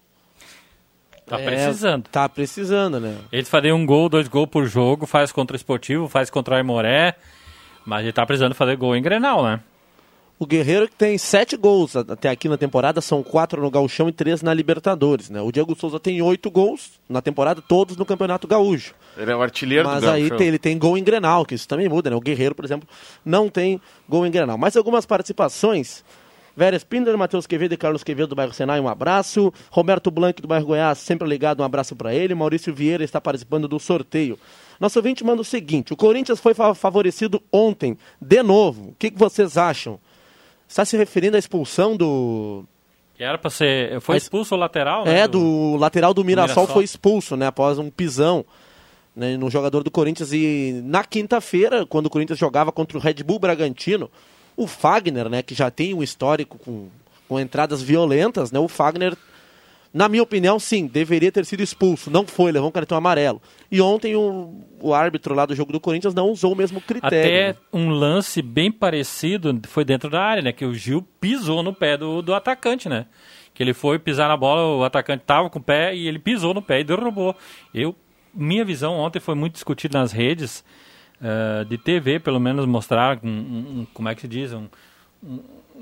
Tá precisando. É, tá precisando, né? Eles fazem um gol, dois gols por jogo, faz contra o Esportivo, faz contra o Aimoré, mas ele tá precisando fazer gol em Grenal, né? O Guerreiro que tem sete gols até aqui na temporada, são quatro no Gauchão e três na Libertadores, né? O Diego Souza tem oito gols na temporada, todos no Campeonato Gaúcho. Ele é o artilheiro Mas do Gauchão. Mas aí tem, ele tem gol em Grenal, que isso também muda, né? O Guerreiro, por exemplo, não tem gol em Grenal. Mas algumas participações... Vera Spindler, Matheus Quevedo e Carlos Quevedo do bairro Senai, um abraço. Roberto Blanc do bairro Goiás, sempre ligado, um abraço para ele. Maurício Vieira está participando do sorteio. Nosso ouvinte manda o seguinte: o Corinthians foi favorecido ontem, de novo. O que, que vocês acham? Está se referindo à expulsão do... Que era para ser... Foi expulso o lateral, né? É, do, do lateral do Mirassol, Mirassol foi expulso, né? Após um pisão, né, no jogador do Corinthians. E na quinta-feira, quando o Corinthians jogava contra o Red Bull Bragantino, o Fagner, né, que já tem um histórico com, com entradas violentas, né, o Fagner, na minha opinião, sim, deveria ter sido expulso. Não foi, levou um cartão amarelo. E ontem o, o árbitro lá do jogo do Corinthians não usou o mesmo critério. Até né? Um lance bem parecido foi dentro da área, né, que o Gil pisou no pé do, do atacante, né? Que ele foi pisar na bola, o atacante estava com o pé e ele pisou no pé e derrubou. Eu, minha visão ontem foi muito discutida nas redes, Uh, de T V, pelo menos mostrar um, um, um, como é que se diz um, um,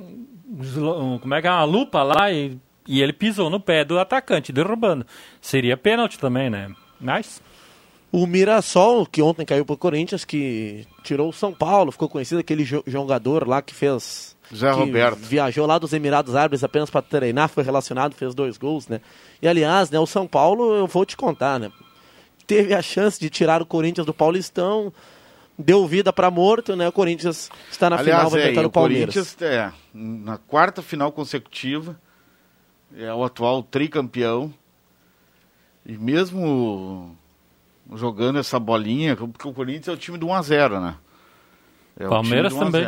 um, como é que é uma lupa lá e, e ele pisou no pé do atacante, derrubando. Seria pênalti também, né? Mas o Mirassol, que ontem caiu pro Corinthians, que tirou o São Paulo, ficou conhecido aquele jo- jogador lá que fez... Zé que Roberto. Viajou lá dos Emirados Árabes apenas para treinar, foi relacionado, fez dois gols, né? E aliás, né, o São Paulo, eu vou te contar, né? Teve a chance de tirar o Corinthians do Paulistão, deu vida para morto, né? O Corinthians está na Aliás, final, vai é, enfrentar o Palmeiras. O Corinthians, é, na quarta final consecutiva, é o atual tricampeão. E mesmo jogando essa bolinha, porque o Corinthians é o time do um a zero, né? É Palmeiras também.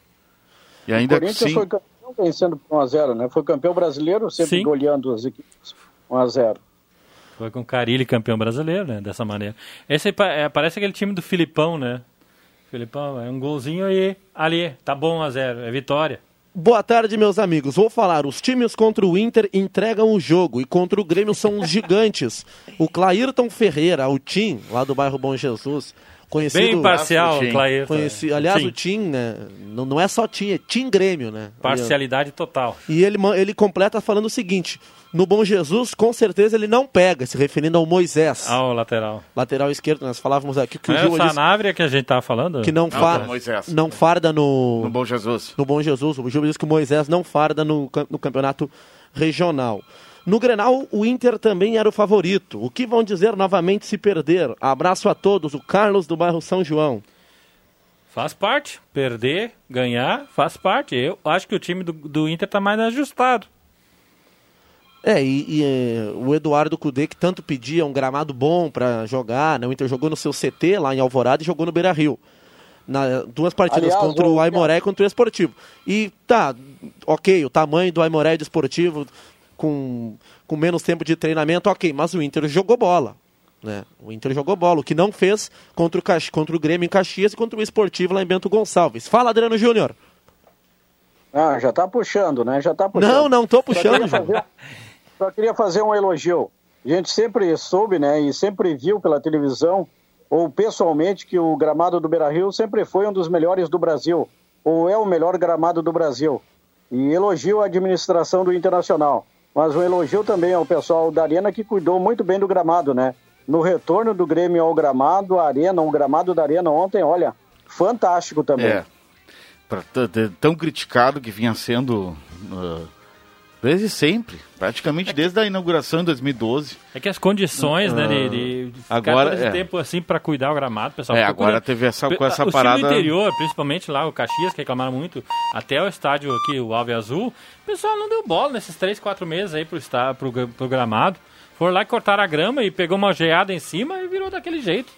E ainda o Corinthians sim... foi campeão vencendo por um a zero, né? Foi campeão brasileiro, sempre Sim. goleando as equipes um a zero. Foi com o Carille campeão brasileiro, né? Dessa maneira. Esse aí pa- é, parece aquele time do Filipão, né? Filipão, é um golzinho e ali, tá bom um a zero, é vitória. Boa tarde, meus amigos. Vou falar, os times contra o Inter entregam o jogo e contra o Grêmio são os gigantes. O Clairton Ferreira, o Tim, lá do bairro Bom Jesus, conhecido... Bem parcial, Tim. Clairton. Conheci, aliás, Tim. o Tim, né, não, não é só Tim, é Tim Grêmio, né? Parcialidade total. E ele, ma- ele completa falando o seguinte, no Bom Jesus, com certeza ele não pega, se referindo ao Moisés, Ah, o lateral. lateral esquerdo. Nós falávamos aqui que Não o é o Gil disse Sanabria que a gente tava falando? que não, Não, fa- do Moisés. não farda no, No Bom Jesus. no Bom Jesus. O Gil diz que o Moisés não farda no, cam- no campeonato regional. No Grenal, o Inter também era o favorito. O que vão dizer novamente se perder? Abraço a todos, o Carlos do bairro São João. Faz parte. Perder, ganhar, faz parte. Eu acho que o time do, do Inter tá mais ajustado. É, e, e, é, o Eduardo Cudê, que tanto pedia um gramado bom para jogar, né? O Inter jogou no seu C T lá em Alvorada e jogou no Beira-Rio. Na, duas partidas Aliás, contra o o- Aimoré e contra o Esportivo. E tá, ok, o tamanho do Aimoré e do Esportivo com, com menos tempo de treinamento, ok, mas o Inter jogou bola. Né? O Inter jogou bola, o que não fez contra o, Caxi, contra o Grêmio em Caxias e contra o Esportivo lá em Bento Gonçalves. Fala, Adriano Júnior. Ah, já tá puxando, né? Já tá puxando. Não, não tô Só puxando, queria Júnior. fazer- Só queria fazer um elogio. A gente sempre soube, né, e sempre viu pela televisão, ou pessoalmente, que o gramado do Beira-Rio sempre foi um dos melhores do Brasil, ou é o melhor gramado do Brasil. E elogio a administração do Internacional. Mas um elogio também ao pessoal da Arena, que cuidou muito bem do gramado, né? No retorno do Grêmio ao gramado, a Arena, o gramado da Arena ontem, olha, fantástico também. É. Pra t- t- tão criticado que vinha sendo uh, desde sempre, praticamente desde a inauguração em dois mil e doze. É que as condições, né, de, de ficar Agora, todo esse é. tempo assim pra cuidar o gramado, pessoal. É, Porque agora quando- teve essa, com essa Os parada... times do interior, principalmente lá o Caxias, que reclamaram muito, até o estádio aqui, o Alve Azul, o pessoal não deu bola nesses três, quatro meses aí pro, está, pro, gra- pro gramado. Foram lá e cortaram a grama e pegou uma geada em cima e virou daquele jeito.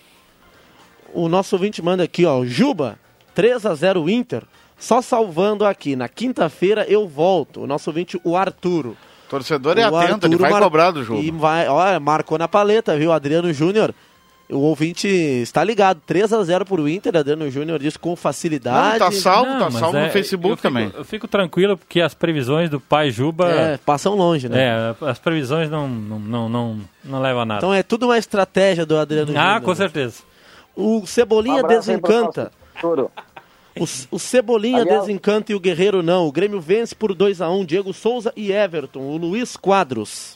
O nosso ouvinte manda aqui, ó, Juba, três a zero Inter, só salvando aqui, na quinta-feira eu volto. O nosso ouvinte, o Arturo. Torcedor é O atento, ele Arturo vai mar- cobrar do jogo. E vai, olha, marcou na paleta, viu, Adriano Júnior. O ouvinte está ligado, três a zero pro Inter, Adriano Júnior disse com facilidade. Não, tá salvo, Não, tá mas salvo é, no Facebook eu fico- também. Eu fico tranquilo porque as previsões do pai Juba... É, passam longe, né? É, as previsões não, não, não, não, não levam a nada. Então é tudo uma estratégia do Adriano Júnior. ah, com certeza. O Cebolinha Abraço aí pro desencanta. nosso futuro. O, o Cebolinha Aliás- desencanta e o Guerreiro não. O Grêmio vence por dois a um. Diego Souza e Everton. O Luiz Quadros.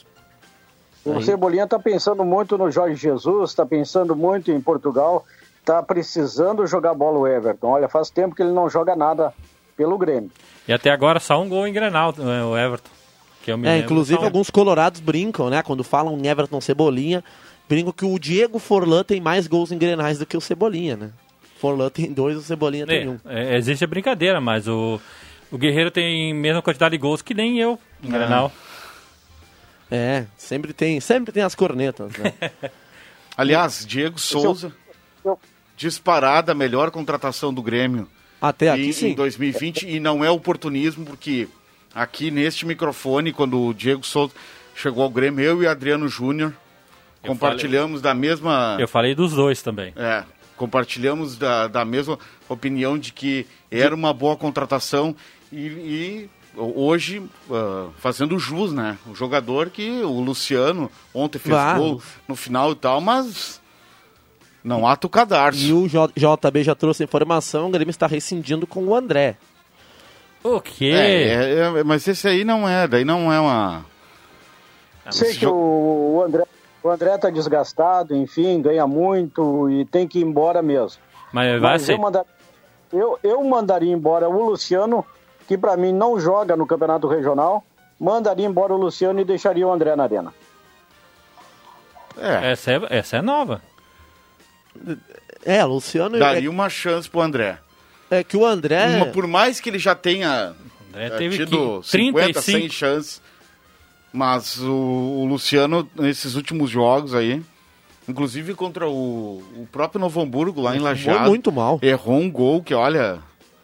O Aí. Cebolinha está pensando muito no Jorge Jesus, está pensando muito em Portugal, está precisando jogar bola o Everton. Olha, faz tempo que ele não joga nada pelo Grêmio. E até agora só um gol em Grenal, né, o Everton. Que eu me É, lembro, inclusive só um. alguns colorados brincam, né? Quando falam em Everton Cebolinha, brincam que o Diego Forlan tem mais gols em Grenais do que o Cebolinha, né? Forlan tem dois, o Cebolinha tem um. É, é, existe a brincadeira, mas o, o Guerreiro tem a mesma quantidade de gols que nem eu em Grenal. É, sempre tem, sempre tem as cornetas, né? Aliás, Diego Souza, eu- disparada a melhor contratação do Grêmio Até aqui em, sim. em dois mil e vinte, e não é oportunismo, porque aqui neste microfone, quando o Diego Souza chegou ao Grêmio, eu e Adriano Júnior Eu compartilhamos da mesma... Eu falei dos dois também. É, compartilhamos da, da mesma opinião de que era uma boa contratação e, e hoje, uh, fazendo jus, né? O jogador que o Luciano ontem fez Ah, gol no final e tal, mas não há tu cadarço. E o J- JB já trouxe informação, o Grêmio está rescindindo com o André. O quê? É, é, é, mas esse aí não é, daí não é uma... Sei esse que jo- o, o André o André está desgastado, enfim, ganha muito e tem que ir embora mesmo. Mas vai Mas ser. eu, mandar, eu, eu mandaria embora o Luciano, que para mim não joga no Campeonato Regional, mandaria embora o Luciano e deixaria o André na arena. É, Essa é, essa é nova. É, Luciano... daria uma chance pro André. É, é que o André... Uma, por mais que ele já tenha André é, teve tido que cinquenta, cem trinta e cinco. chances, Mas o, o Luciano, nesses últimos jogos aí, inclusive contra o, o próprio Novo Hamburgo, lá em Lajeado, foi muito mal. Errou um gol que, olha,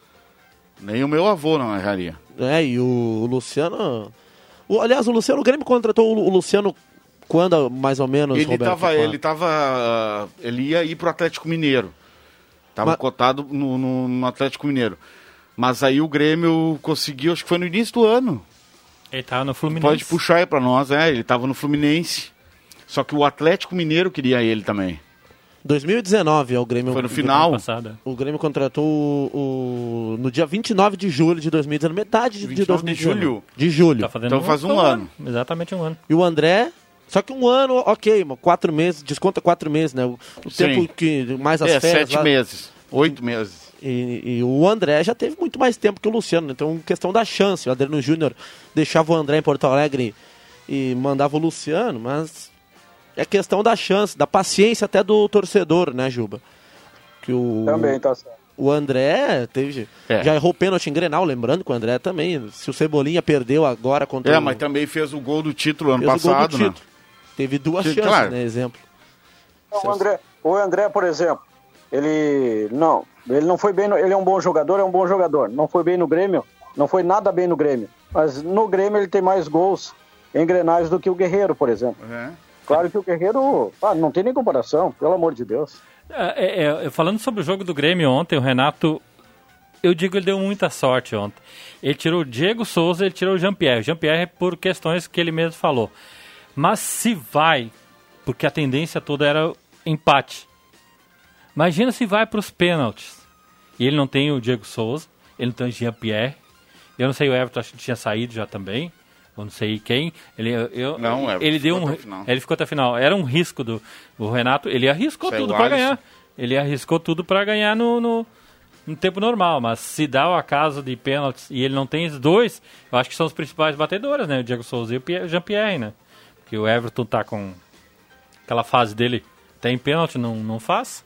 nem o meu avô não erraria. É, e o, o Luciano... O, aliás, o Luciano, o Grêmio contratou o, o Luciano quando, mais ou menos, Ele Roberto? tava, ele tava... Ele ia ir pro Atlético Mineiro. Tava Mas... cotado no, no, no Atlético Mineiro. Mas aí o Grêmio conseguiu, acho que foi no início do ano. Ele tava no Fluminense. Pode puxar aí pra nós, é. Ele tava no Fluminense. Só que o Atlético Mineiro queria ele também. dois mil e dezenove é o Grêmio. Foi no final. O Grêmio contratou o, o, no dia vinte e nove de julho de dois mil e dezenove. Metade de, de dois mil e dezenove. De julho? De julho. Tá fazendo então faz um, um ano. ano. Exatamente um ano. E o André... Só que um ano, ok, quatro meses, desconta quatro meses, né? O, o tempo que mais as é, férias... sete lá, meses, oito meses. E, e o André já teve muito mais tempo que o Luciano, então questão da chance. O Adriano Júnior deixava o André em Porto Alegre e mandava o Luciano, mas é questão da chance, da paciência até do torcedor, né, Juba? Que o, Também, tá certo. O André teve, é. já errou pênalti em Grenal, lembrando que o André também, se o Cebolinha perdeu agora contra É, o... mas também fez o gol do título ano fez passado, o gol do né? título. Teve duas Sim, chances, claro. né, exemplo. O André, o André, por exemplo, ele não, ele não foi bem, no, ele é um bom jogador, é um bom jogador. Não foi bem no Grêmio, não foi nada bem no Grêmio. Mas no Grêmio ele tem mais gols em Grenais do que o Guerreiro, por exemplo. Uhum. Claro que o Guerreiro, ah, não tem nem comparação, pelo amor de Deus. É, é, é, falando sobre o jogo do Grêmio ontem, o Renato, eu digo que ele deu muita sorte ontem. Ele tirou o Diego Souza, ele tirou o Jean-Pierre. Jean-Pierre por questões que ele mesmo falou. Mas se vai, porque a tendência toda era empate. Imagina se vai para os pênaltis. E ele não tem o Diego Souza, ele não tem o Jean-Pierre. Eu não sei, o Everton acho que tinha saído já também. Eu não sei quem. Ele, eu, não, Everton ele deu ficou um, até o final. Ele ficou até o final. Era um risco do, do Renato. Ele arriscou Saiu tudo o para Alisson. ganhar. Ele arriscou tudo para ganhar no, no, no tempo normal. Mas se dá o acaso de pênaltis e ele não tem os dois, eu acho que são os principais batedores, né? O Diego Souza e o Jean-Pierre, né? Porque o Everton tá com aquela fase dele. Tem pênalti, não, não faz.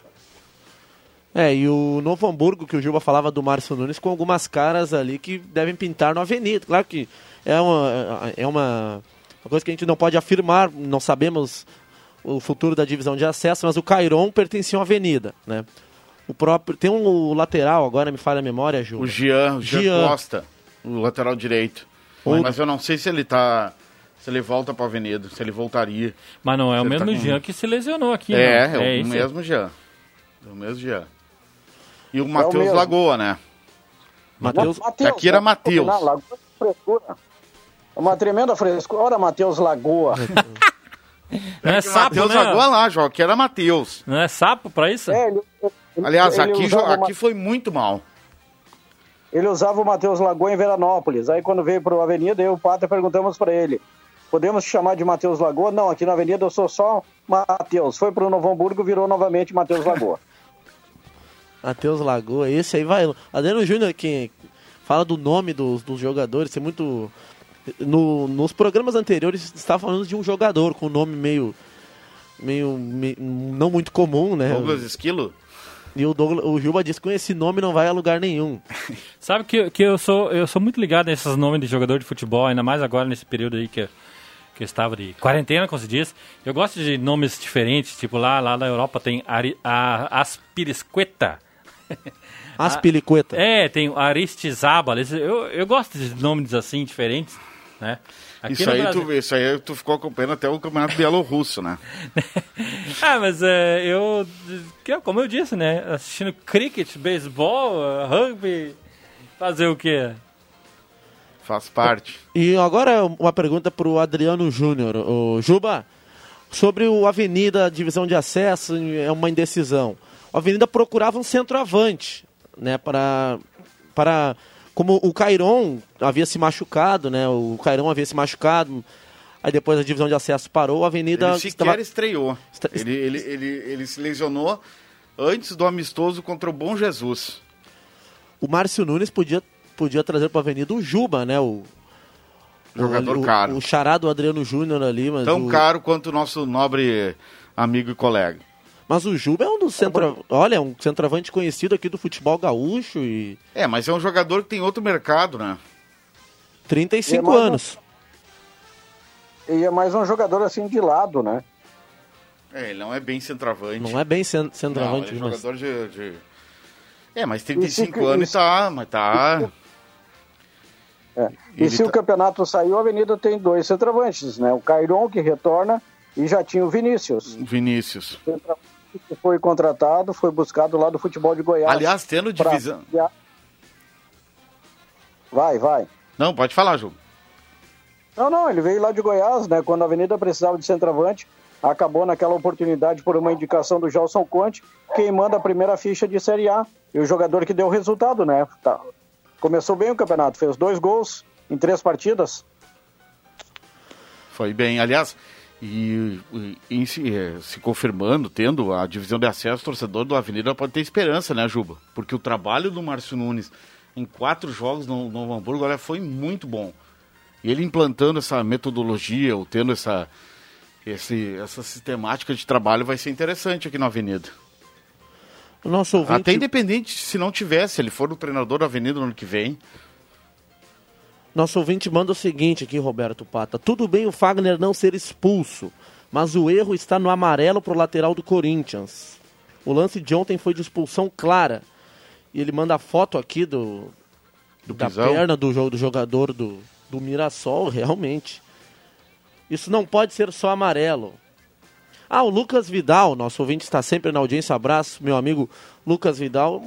É, e o Novo Hamburgo, que o Juba falava do Márcio Nunes, com algumas caras ali que devem pintar no Avenida. Claro que é uma, é uma, uma coisa que a gente não pode afirmar, não sabemos o futuro da divisão de acesso, mas o Cairon pertencia à Avenida, né? O próprio, tem um lateral, agora me falha a memória, Juba. O Jean, o Jean, Jean. Costa, o lateral direito. Ou... Mas eu não sei se ele tá... Se ele volta para a Avenida, se ele voltaria. Mas não é o Você mesmo tá com... Jean que se lesionou aqui, É, não. é, é o isso. mesmo Jean. É o mesmo Jean. E o É Matheus o mesmo. Lagoa, né? Matheus, Mateus, Aqui era Matheus. Não, Lagoa é frescura. Uma tremenda frescura. Ora, Matheus Lagoa. Não é sapo, Matheus né? Lagoa lá, Jó, que era Matheus. Não é sapo pra isso? É, ele, ele, Aliás, ele aqui, usava aqui uma- foi muito mal. Ele usava o Matheus Lagoa em Veranópolis. Aí quando veio para a Avenida, eu e o Pata perguntamos para ele: podemos te chamar de Matheus Lagoa? Não, aqui na Avenida eu sou só Matheus. Foi para o Novo Hamburgo, virou novamente Matheus Lagoa. Matheus Lagoa, esse aí vai... Adriano Júnior, que fala do nome dos, dos jogadores, é muito... No, nos programas anteriores, estava falando de um jogador com um nome meio... Meio, meio não muito comum, né? Douglas Esquilo? E o, Douglas, o Juba disse que com esse nome não vai a lugar nenhum. Sabe que, que eu, sou, eu sou muito ligado nesses nomes de jogador de futebol, ainda mais agora nesse período aí que, que eu estava de quarentena, como se diz. Eu gosto de nomes diferentes, tipo lá, lá na Europa tem Ari, a Aspirisqueta. Aspilicueta. É, tem o Aristizábal. Eu, eu gosto de nomes assim, diferentes, né? Aqui Isso no aí, Brasil- tu, isso aí tu ficou acompanhando até o campeonato bielorrusso, né? Ah, mas é, eu, que- como eu disse, né? Assistindo cricket, beisebol, eh, rugby, fazer o quê? Faz parte. E agora uma pergunta para o Adriano Júnior. O Juba, sobre o Avenida, divisão de acesso, é uma indecisão. O Avenida procurava um centroavante, né, para, para, como o Cairon havia se machucado, né, o Cairon havia se machucado, aí depois a divisão de acesso parou, a Avenida... Ele sequer estava- estreou. Está- Ele, ele, ele, ele se lesionou antes do amistoso contra o Bom Jesus. O Márcio Nunes podia, podia trazer para a Avenida o Juba, né, o... Jogador o, caro. O xará do Adriano Júnior ali, mas Tão o... caro quanto o nosso nobre amigo e colega. Mas o Juba é um dos centro... Olha, é um centroavante conhecido aqui do futebol gaúcho e É, mas é um jogador que tem outro mercado, né? trinta e cinco E é mais um- anos. e é mais um jogador assim de lado, né? É, ele não é bem centroavante. Não é bem cent- centroavante. Não, ele é mas... jogador de, de... É, mas trinta e cinco E se- anos e tá... Mas tá... É. E Ele se tá- o campeonato saiu, a Avenida tem dois centroavantes, né? O Cairon, que retorna, e já tinha o Vinícius. Vinícius. Que foi contratado, foi buscado lá do futebol de Goiás. Aliás, tendo pra- divisão... Vai, vai. Não, pode falar, Ju. Não, não, ele veio lá de Goiás, né? Quando a Avenida precisava de centroavante, acabou naquela oportunidade por uma indicação do Gelson Conte, queimando a primeira ficha de Série A. E o jogador que deu o resultado, né? Tá. Começou bem o campeonato, fez dois gols em três partidas. Foi bem. Aliás, e, e- e se, eh, se confirmando, tendo a divisão de acesso, o torcedor do Avenida pode ter esperança, né, Juba? Porque o trabalho do Márcio Nunes em quatro jogos no Novo Hamburgo, olha, foi muito bom. E ele implantando essa metodologia, ou tendo essa, esse, essa sistemática de trabalho, vai ser interessante aqui na Avenida. O nosso ouvinte... Até independente se não tivesse, ele for o treinador da Avenida no ano que vem. Nosso ouvinte manda o seguinte aqui, Roberto Pata. Tudo bem o Fagner não ser expulso, mas o erro está no amarelo pro lateral do Corinthians. O lance de ontem foi de expulsão clara. E ele manda a foto aqui do, Do da Pisão. perna do, jo- do jogador do, do Mirassol, realmente. Isso não pode ser só amarelo. Ah, o Lucas Vidal, nosso ouvinte está sempre na audiência. Abraço, meu amigo Lucas Vidal.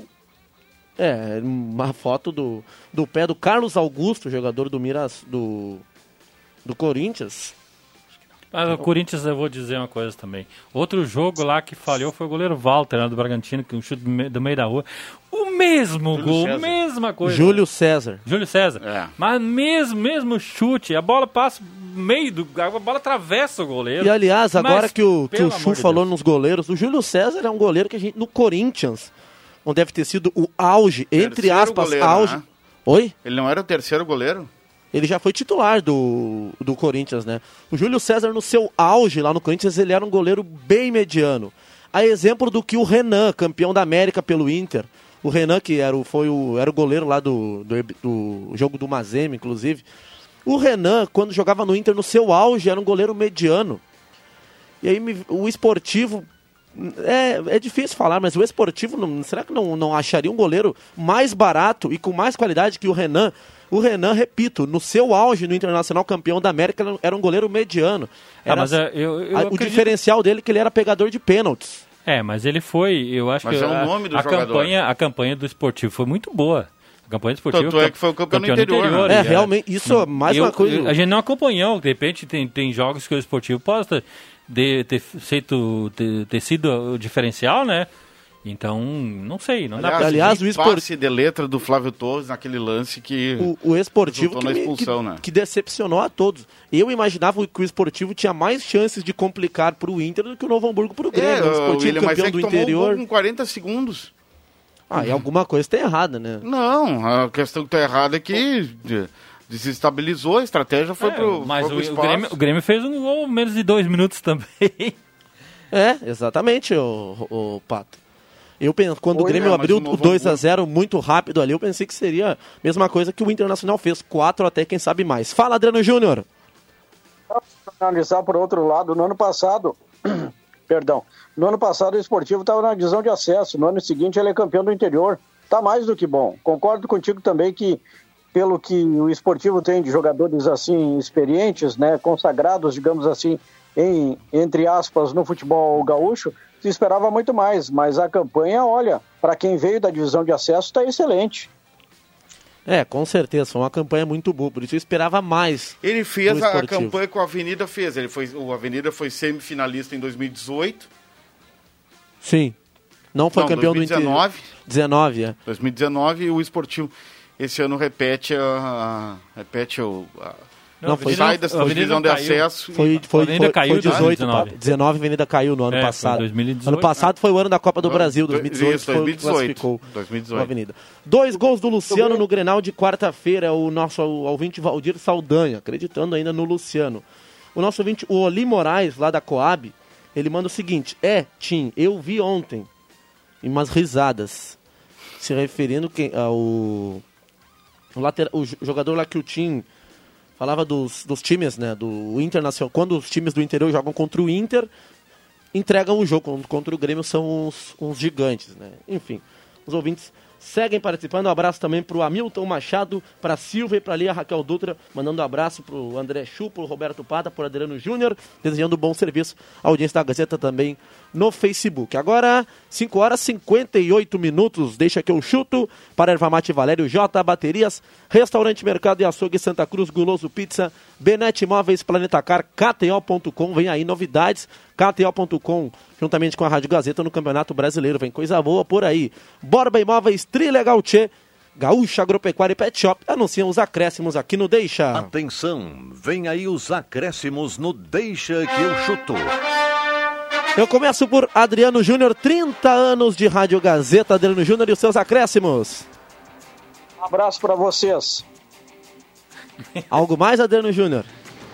É, uma foto do, do pé do Carlos Augusto, jogador do Miras, do, do Corinthians. Mas o Corinthians, eu vou dizer uma coisa também. Outro jogo lá que falhou foi o goleiro Walter, né, do Bragantino, que um chute do me- do meio da rua. O mesmo Júlio gol, César. mesma coisa. Júlio César. Júlio César. É. Mas mesmo, mesmo chute, a bola passa no meio do... A bola atravessa o goleiro. E aliás, agora Mas, que o, que pelo o Chu amor de falou Deus. nos goleiros, o Júlio César é um goleiro que a gente, no Corinthians, onde deve ter sido o auge, entre Terceiro aspas, goleiro, auge. né? Oi? Ele não era o terceiro goleiro? Ele já foi titular do, do Corinthians, né? O Júlio César, no seu auge lá no Corinthians, ele era um goleiro bem mediano. A exemplo do que o Renan, campeão da América pelo Inter. O Renan, que era o, foi o, era o goleiro lá do, do, do jogo do Mazembe, inclusive. O Renan, quando jogava no Inter, no seu auge, era um goleiro mediano. E aí me- o Esportivo... É, é difícil falar, mas o Esportivo, não, será que não, não acharia um goleiro mais barato e com mais qualidade que o Renan? O Renan, repito, no seu auge no Internacional, campeão da América, era um goleiro mediano. Ah, Era, mas é, eu, eu a- o acredito- diferencial dele é que ele era pegador de pênaltis. É, mas ele foi, eu acho Mas que é o a, nome do a jogador. campanha, a campanha do Esportivo foi muito boa. A campanha do Esportivo Tanto é que foi o campeão no interior, né? É, e, realmente, isso é mais eu- uma coisa... eu- a gente não acompanhou, de repente tem, tem jogos que o Esportivo possa ter, ter, feito, ter, ter sido o diferencial, né? Então, não sei, não dá Aliás, pra... Aliás, vi o Espor- passe de letra do Flávio Torres naquele lance que... O, o Esportivo resultou que, na me- expulsão, que- né? que decepcionou a todos. Eu imaginava que o Esportivo tinha mais chances de complicar pro Inter do que o Novo Hamburgo pro Grêmio. É, o Esportivo William, mas campeão é que do tomou um interior. gol com quarenta segundos. Ah, e alguma coisa tá errada, né? Não, a questão que tá errada é que de- desestabilizou, a estratégia foi É, pro, mas foi o, pro o, espaço. Grêmio, o Grêmio fez um gol em menos de dois minutos também. É, exatamente, o, o Pato. Eu penso, quando Oi, o Grêmio é, mas abriu o o Novo dois a zero muito rápido ali, eu pensei que seria a mesma coisa que o Internacional fez. quatro até, quem sabe mais. Fala, Adriano Júnior. Analisar por outro lado, no ano passado, perdão, no ano passado o Esportivo estava na divisão de acesso, no ano seguinte ele é campeão do interior, tá mais do que bom. Concordo contigo também que, pelo que o Esportivo tem de jogadores assim experientes, né, consagrados, digamos assim, em, entre aspas, no futebol gaúcho, se esperava muito mais, mas a campanha, olha, para quem veio da divisão de acesso está excelente. É, com certeza, foi uma campanha muito boa, por isso eu esperava mais. Ele fez do a Esportivo. campanha que o Avenida fez. Ele foi, o Avenida foi semifinalista em dois mil e dezoito. Sim. Não foi Não, campeão dois mil e do interior. dezenove. dezenove, é. dois mil e dezenove, e o Esportivo esse ano repete a, repete o a, Não, foi- sai da sua divisão de acesso. Foi, e- foi, Avenida foi, caiu foi em dois mil e dezoito, dezenove. Pato. dezenove, a Avenida caiu no ano É, foi passado. dois mil e dezoito. Ano passado foi o ano da Copa do Não, Brasil, dois- dois mil e dezoito isso, foi o que dois mil e dezoito. classificou dois mil e dezoito. a Avenida. Dois gols do Luciano no Grenal de quarta-feira, é o nosso ouvinte Valdir Saldanha, acreditando ainda no Luciano. O nosso ouvinte, o Oli Moraes, lá da Coab, ele manda o seguinte: é, Tim, eu vi ontem, e umas risadas, se referindo quem, ao o, lateral, o jogador lá que o Tim falava dos, dos times, né, do Internacional, quando os times do interior jogam contra o Inter, entregam o jogo, contra o Grêmio são uns, uns gigantes, né? Enfim, os ouvintes seguem participando. Um abraço também para o Hamilton Machado, para a Silvia e para ali a Raquel Dutra, mandando um abraço para o André Chu, para o Roberto Pata, para o Adriano Júnior, desejando bom serviço à audiência da Gazeta também no Facebook. Agora, cinco horas e cinquenta e oito minutos, deixa que eu chuto para Erva Mate Valério, J Baterias, Restaurante Mercado e Açougue Santa Cruz, Guloso Pizza, Benete Imóveis, Planeta Car, K T O ponto com, vem aí novidades, K T O ponto com, juntamente com a Rádio Gazeta no Campeonato Brasileiro, vem coisa boa por aí. Borba Imóveis, Trilegal Tchê, Gaúcha Agropecuária e Pet Shop anunciam os acréscimos aqui no Deixa. Atenção, vem aí os acréscimos no Deixa que eu chuto. Eu começo por Adriano Júnior, trinta anos de Rádio Gazeta. Adriano Júnior e os seus acréscimos. Um abraço para vocês. Algo mais, Adriano Júnior?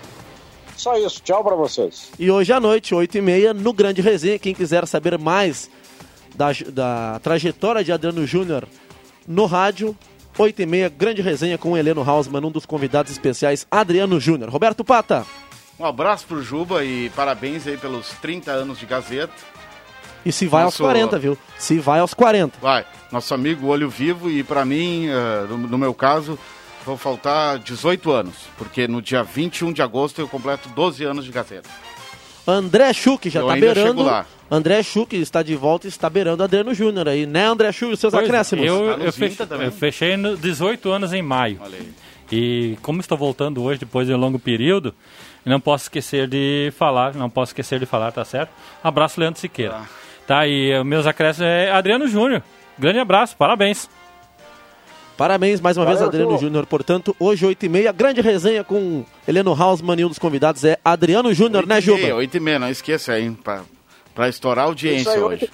Só isso, tchau para vocês. E hoje à noite, oito e meia, no Grande Resenha, quem quiser saber mais da, da trajetória de Adriano Júnior no rádio, oito e meia, Grande Resenha com o Heleno Hausmann, um dos convidados especiais, Adriano Júnior. Roberto Pata. Um abraço pro Juba e parabéns aí pelos trinta anos de Gazeta. E se vai Nosso... aos quarenta, viu? Se vai aos quarenta. Vai. Nosso amigo Olho Vivo e pra mim, uh, no, no meu caso, vão faltar dezoito anos. Porque no dia vinte e um de agosto eu completo doze anos de Gazeta. André Schuch já eu tá ainda beirando. Chego lá. André Schuch está de volta e está beirando Adriano Júnior aí, né, André Schuch? Os seus pois, acréscimos? Eu, tá eu, fechei, eu fechei no dezoito anos em maio. Olha aí. E como estou voltando hoje, depois de um longo período, não posso esquecer de falar, não posso esquecer de falar, tá certo? Abraço, Leandro Siqueira. Ah. Tá, e meus acréscimos é Adriano Júnior. Grande abraço, parabéns. Parabéns mais uma Valeu, vez, Adriano Júnior. Portanto, hoje, oito e meia, grande resenha com Heleno Hausmann e um dos convidados é Adriano Júnior, né, Juba? oito e meia, não esqueça aí, pra, pra estourar a audiência aí, hoje.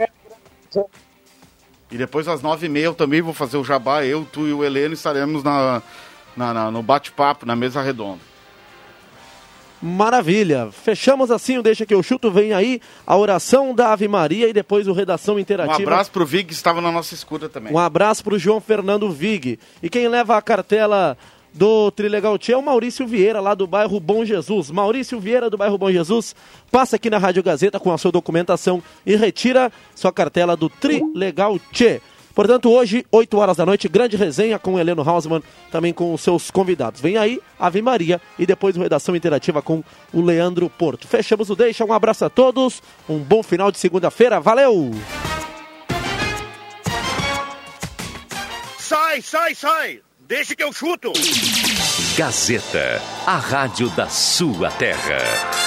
E depois às nove e meia eu também vou fazer o jabá, eu, tu e o Heleno estaremos na, na, na, no bate-papo, na mesa redonda. Maravilha. Fechamos assim o Deixa que eu chuto. Vem aí a oração da Ave Maria e depois o Redação Interativa. Um abraço pro Vig, que estava na nossa escuta também. Um abraço pro João Fernando Vig. E quem leva a cartela do Trilegal Tchê é o Maurício Vieira, lá do bairro Bom Jesus. Maurício Vieira, do bairro Bom Jesus, passa aqui na Rádio Gazeta com a sua documentação e retira sua cartela do Trilegal Tchê. Portanto, hoje, oito horas da noite, grande resenha com o Heleno Hausmann, também com os seus convidados. Vem aí, Ave Maria, e depois o Redação Interativa com o Leandro Porto. Fechamos o Deixa, um abraço a todos, um bom final de segunda-feira, valeu! Sai, sai, sai! Deixa que eu chuto! Gazeta, a rádio da sua terra.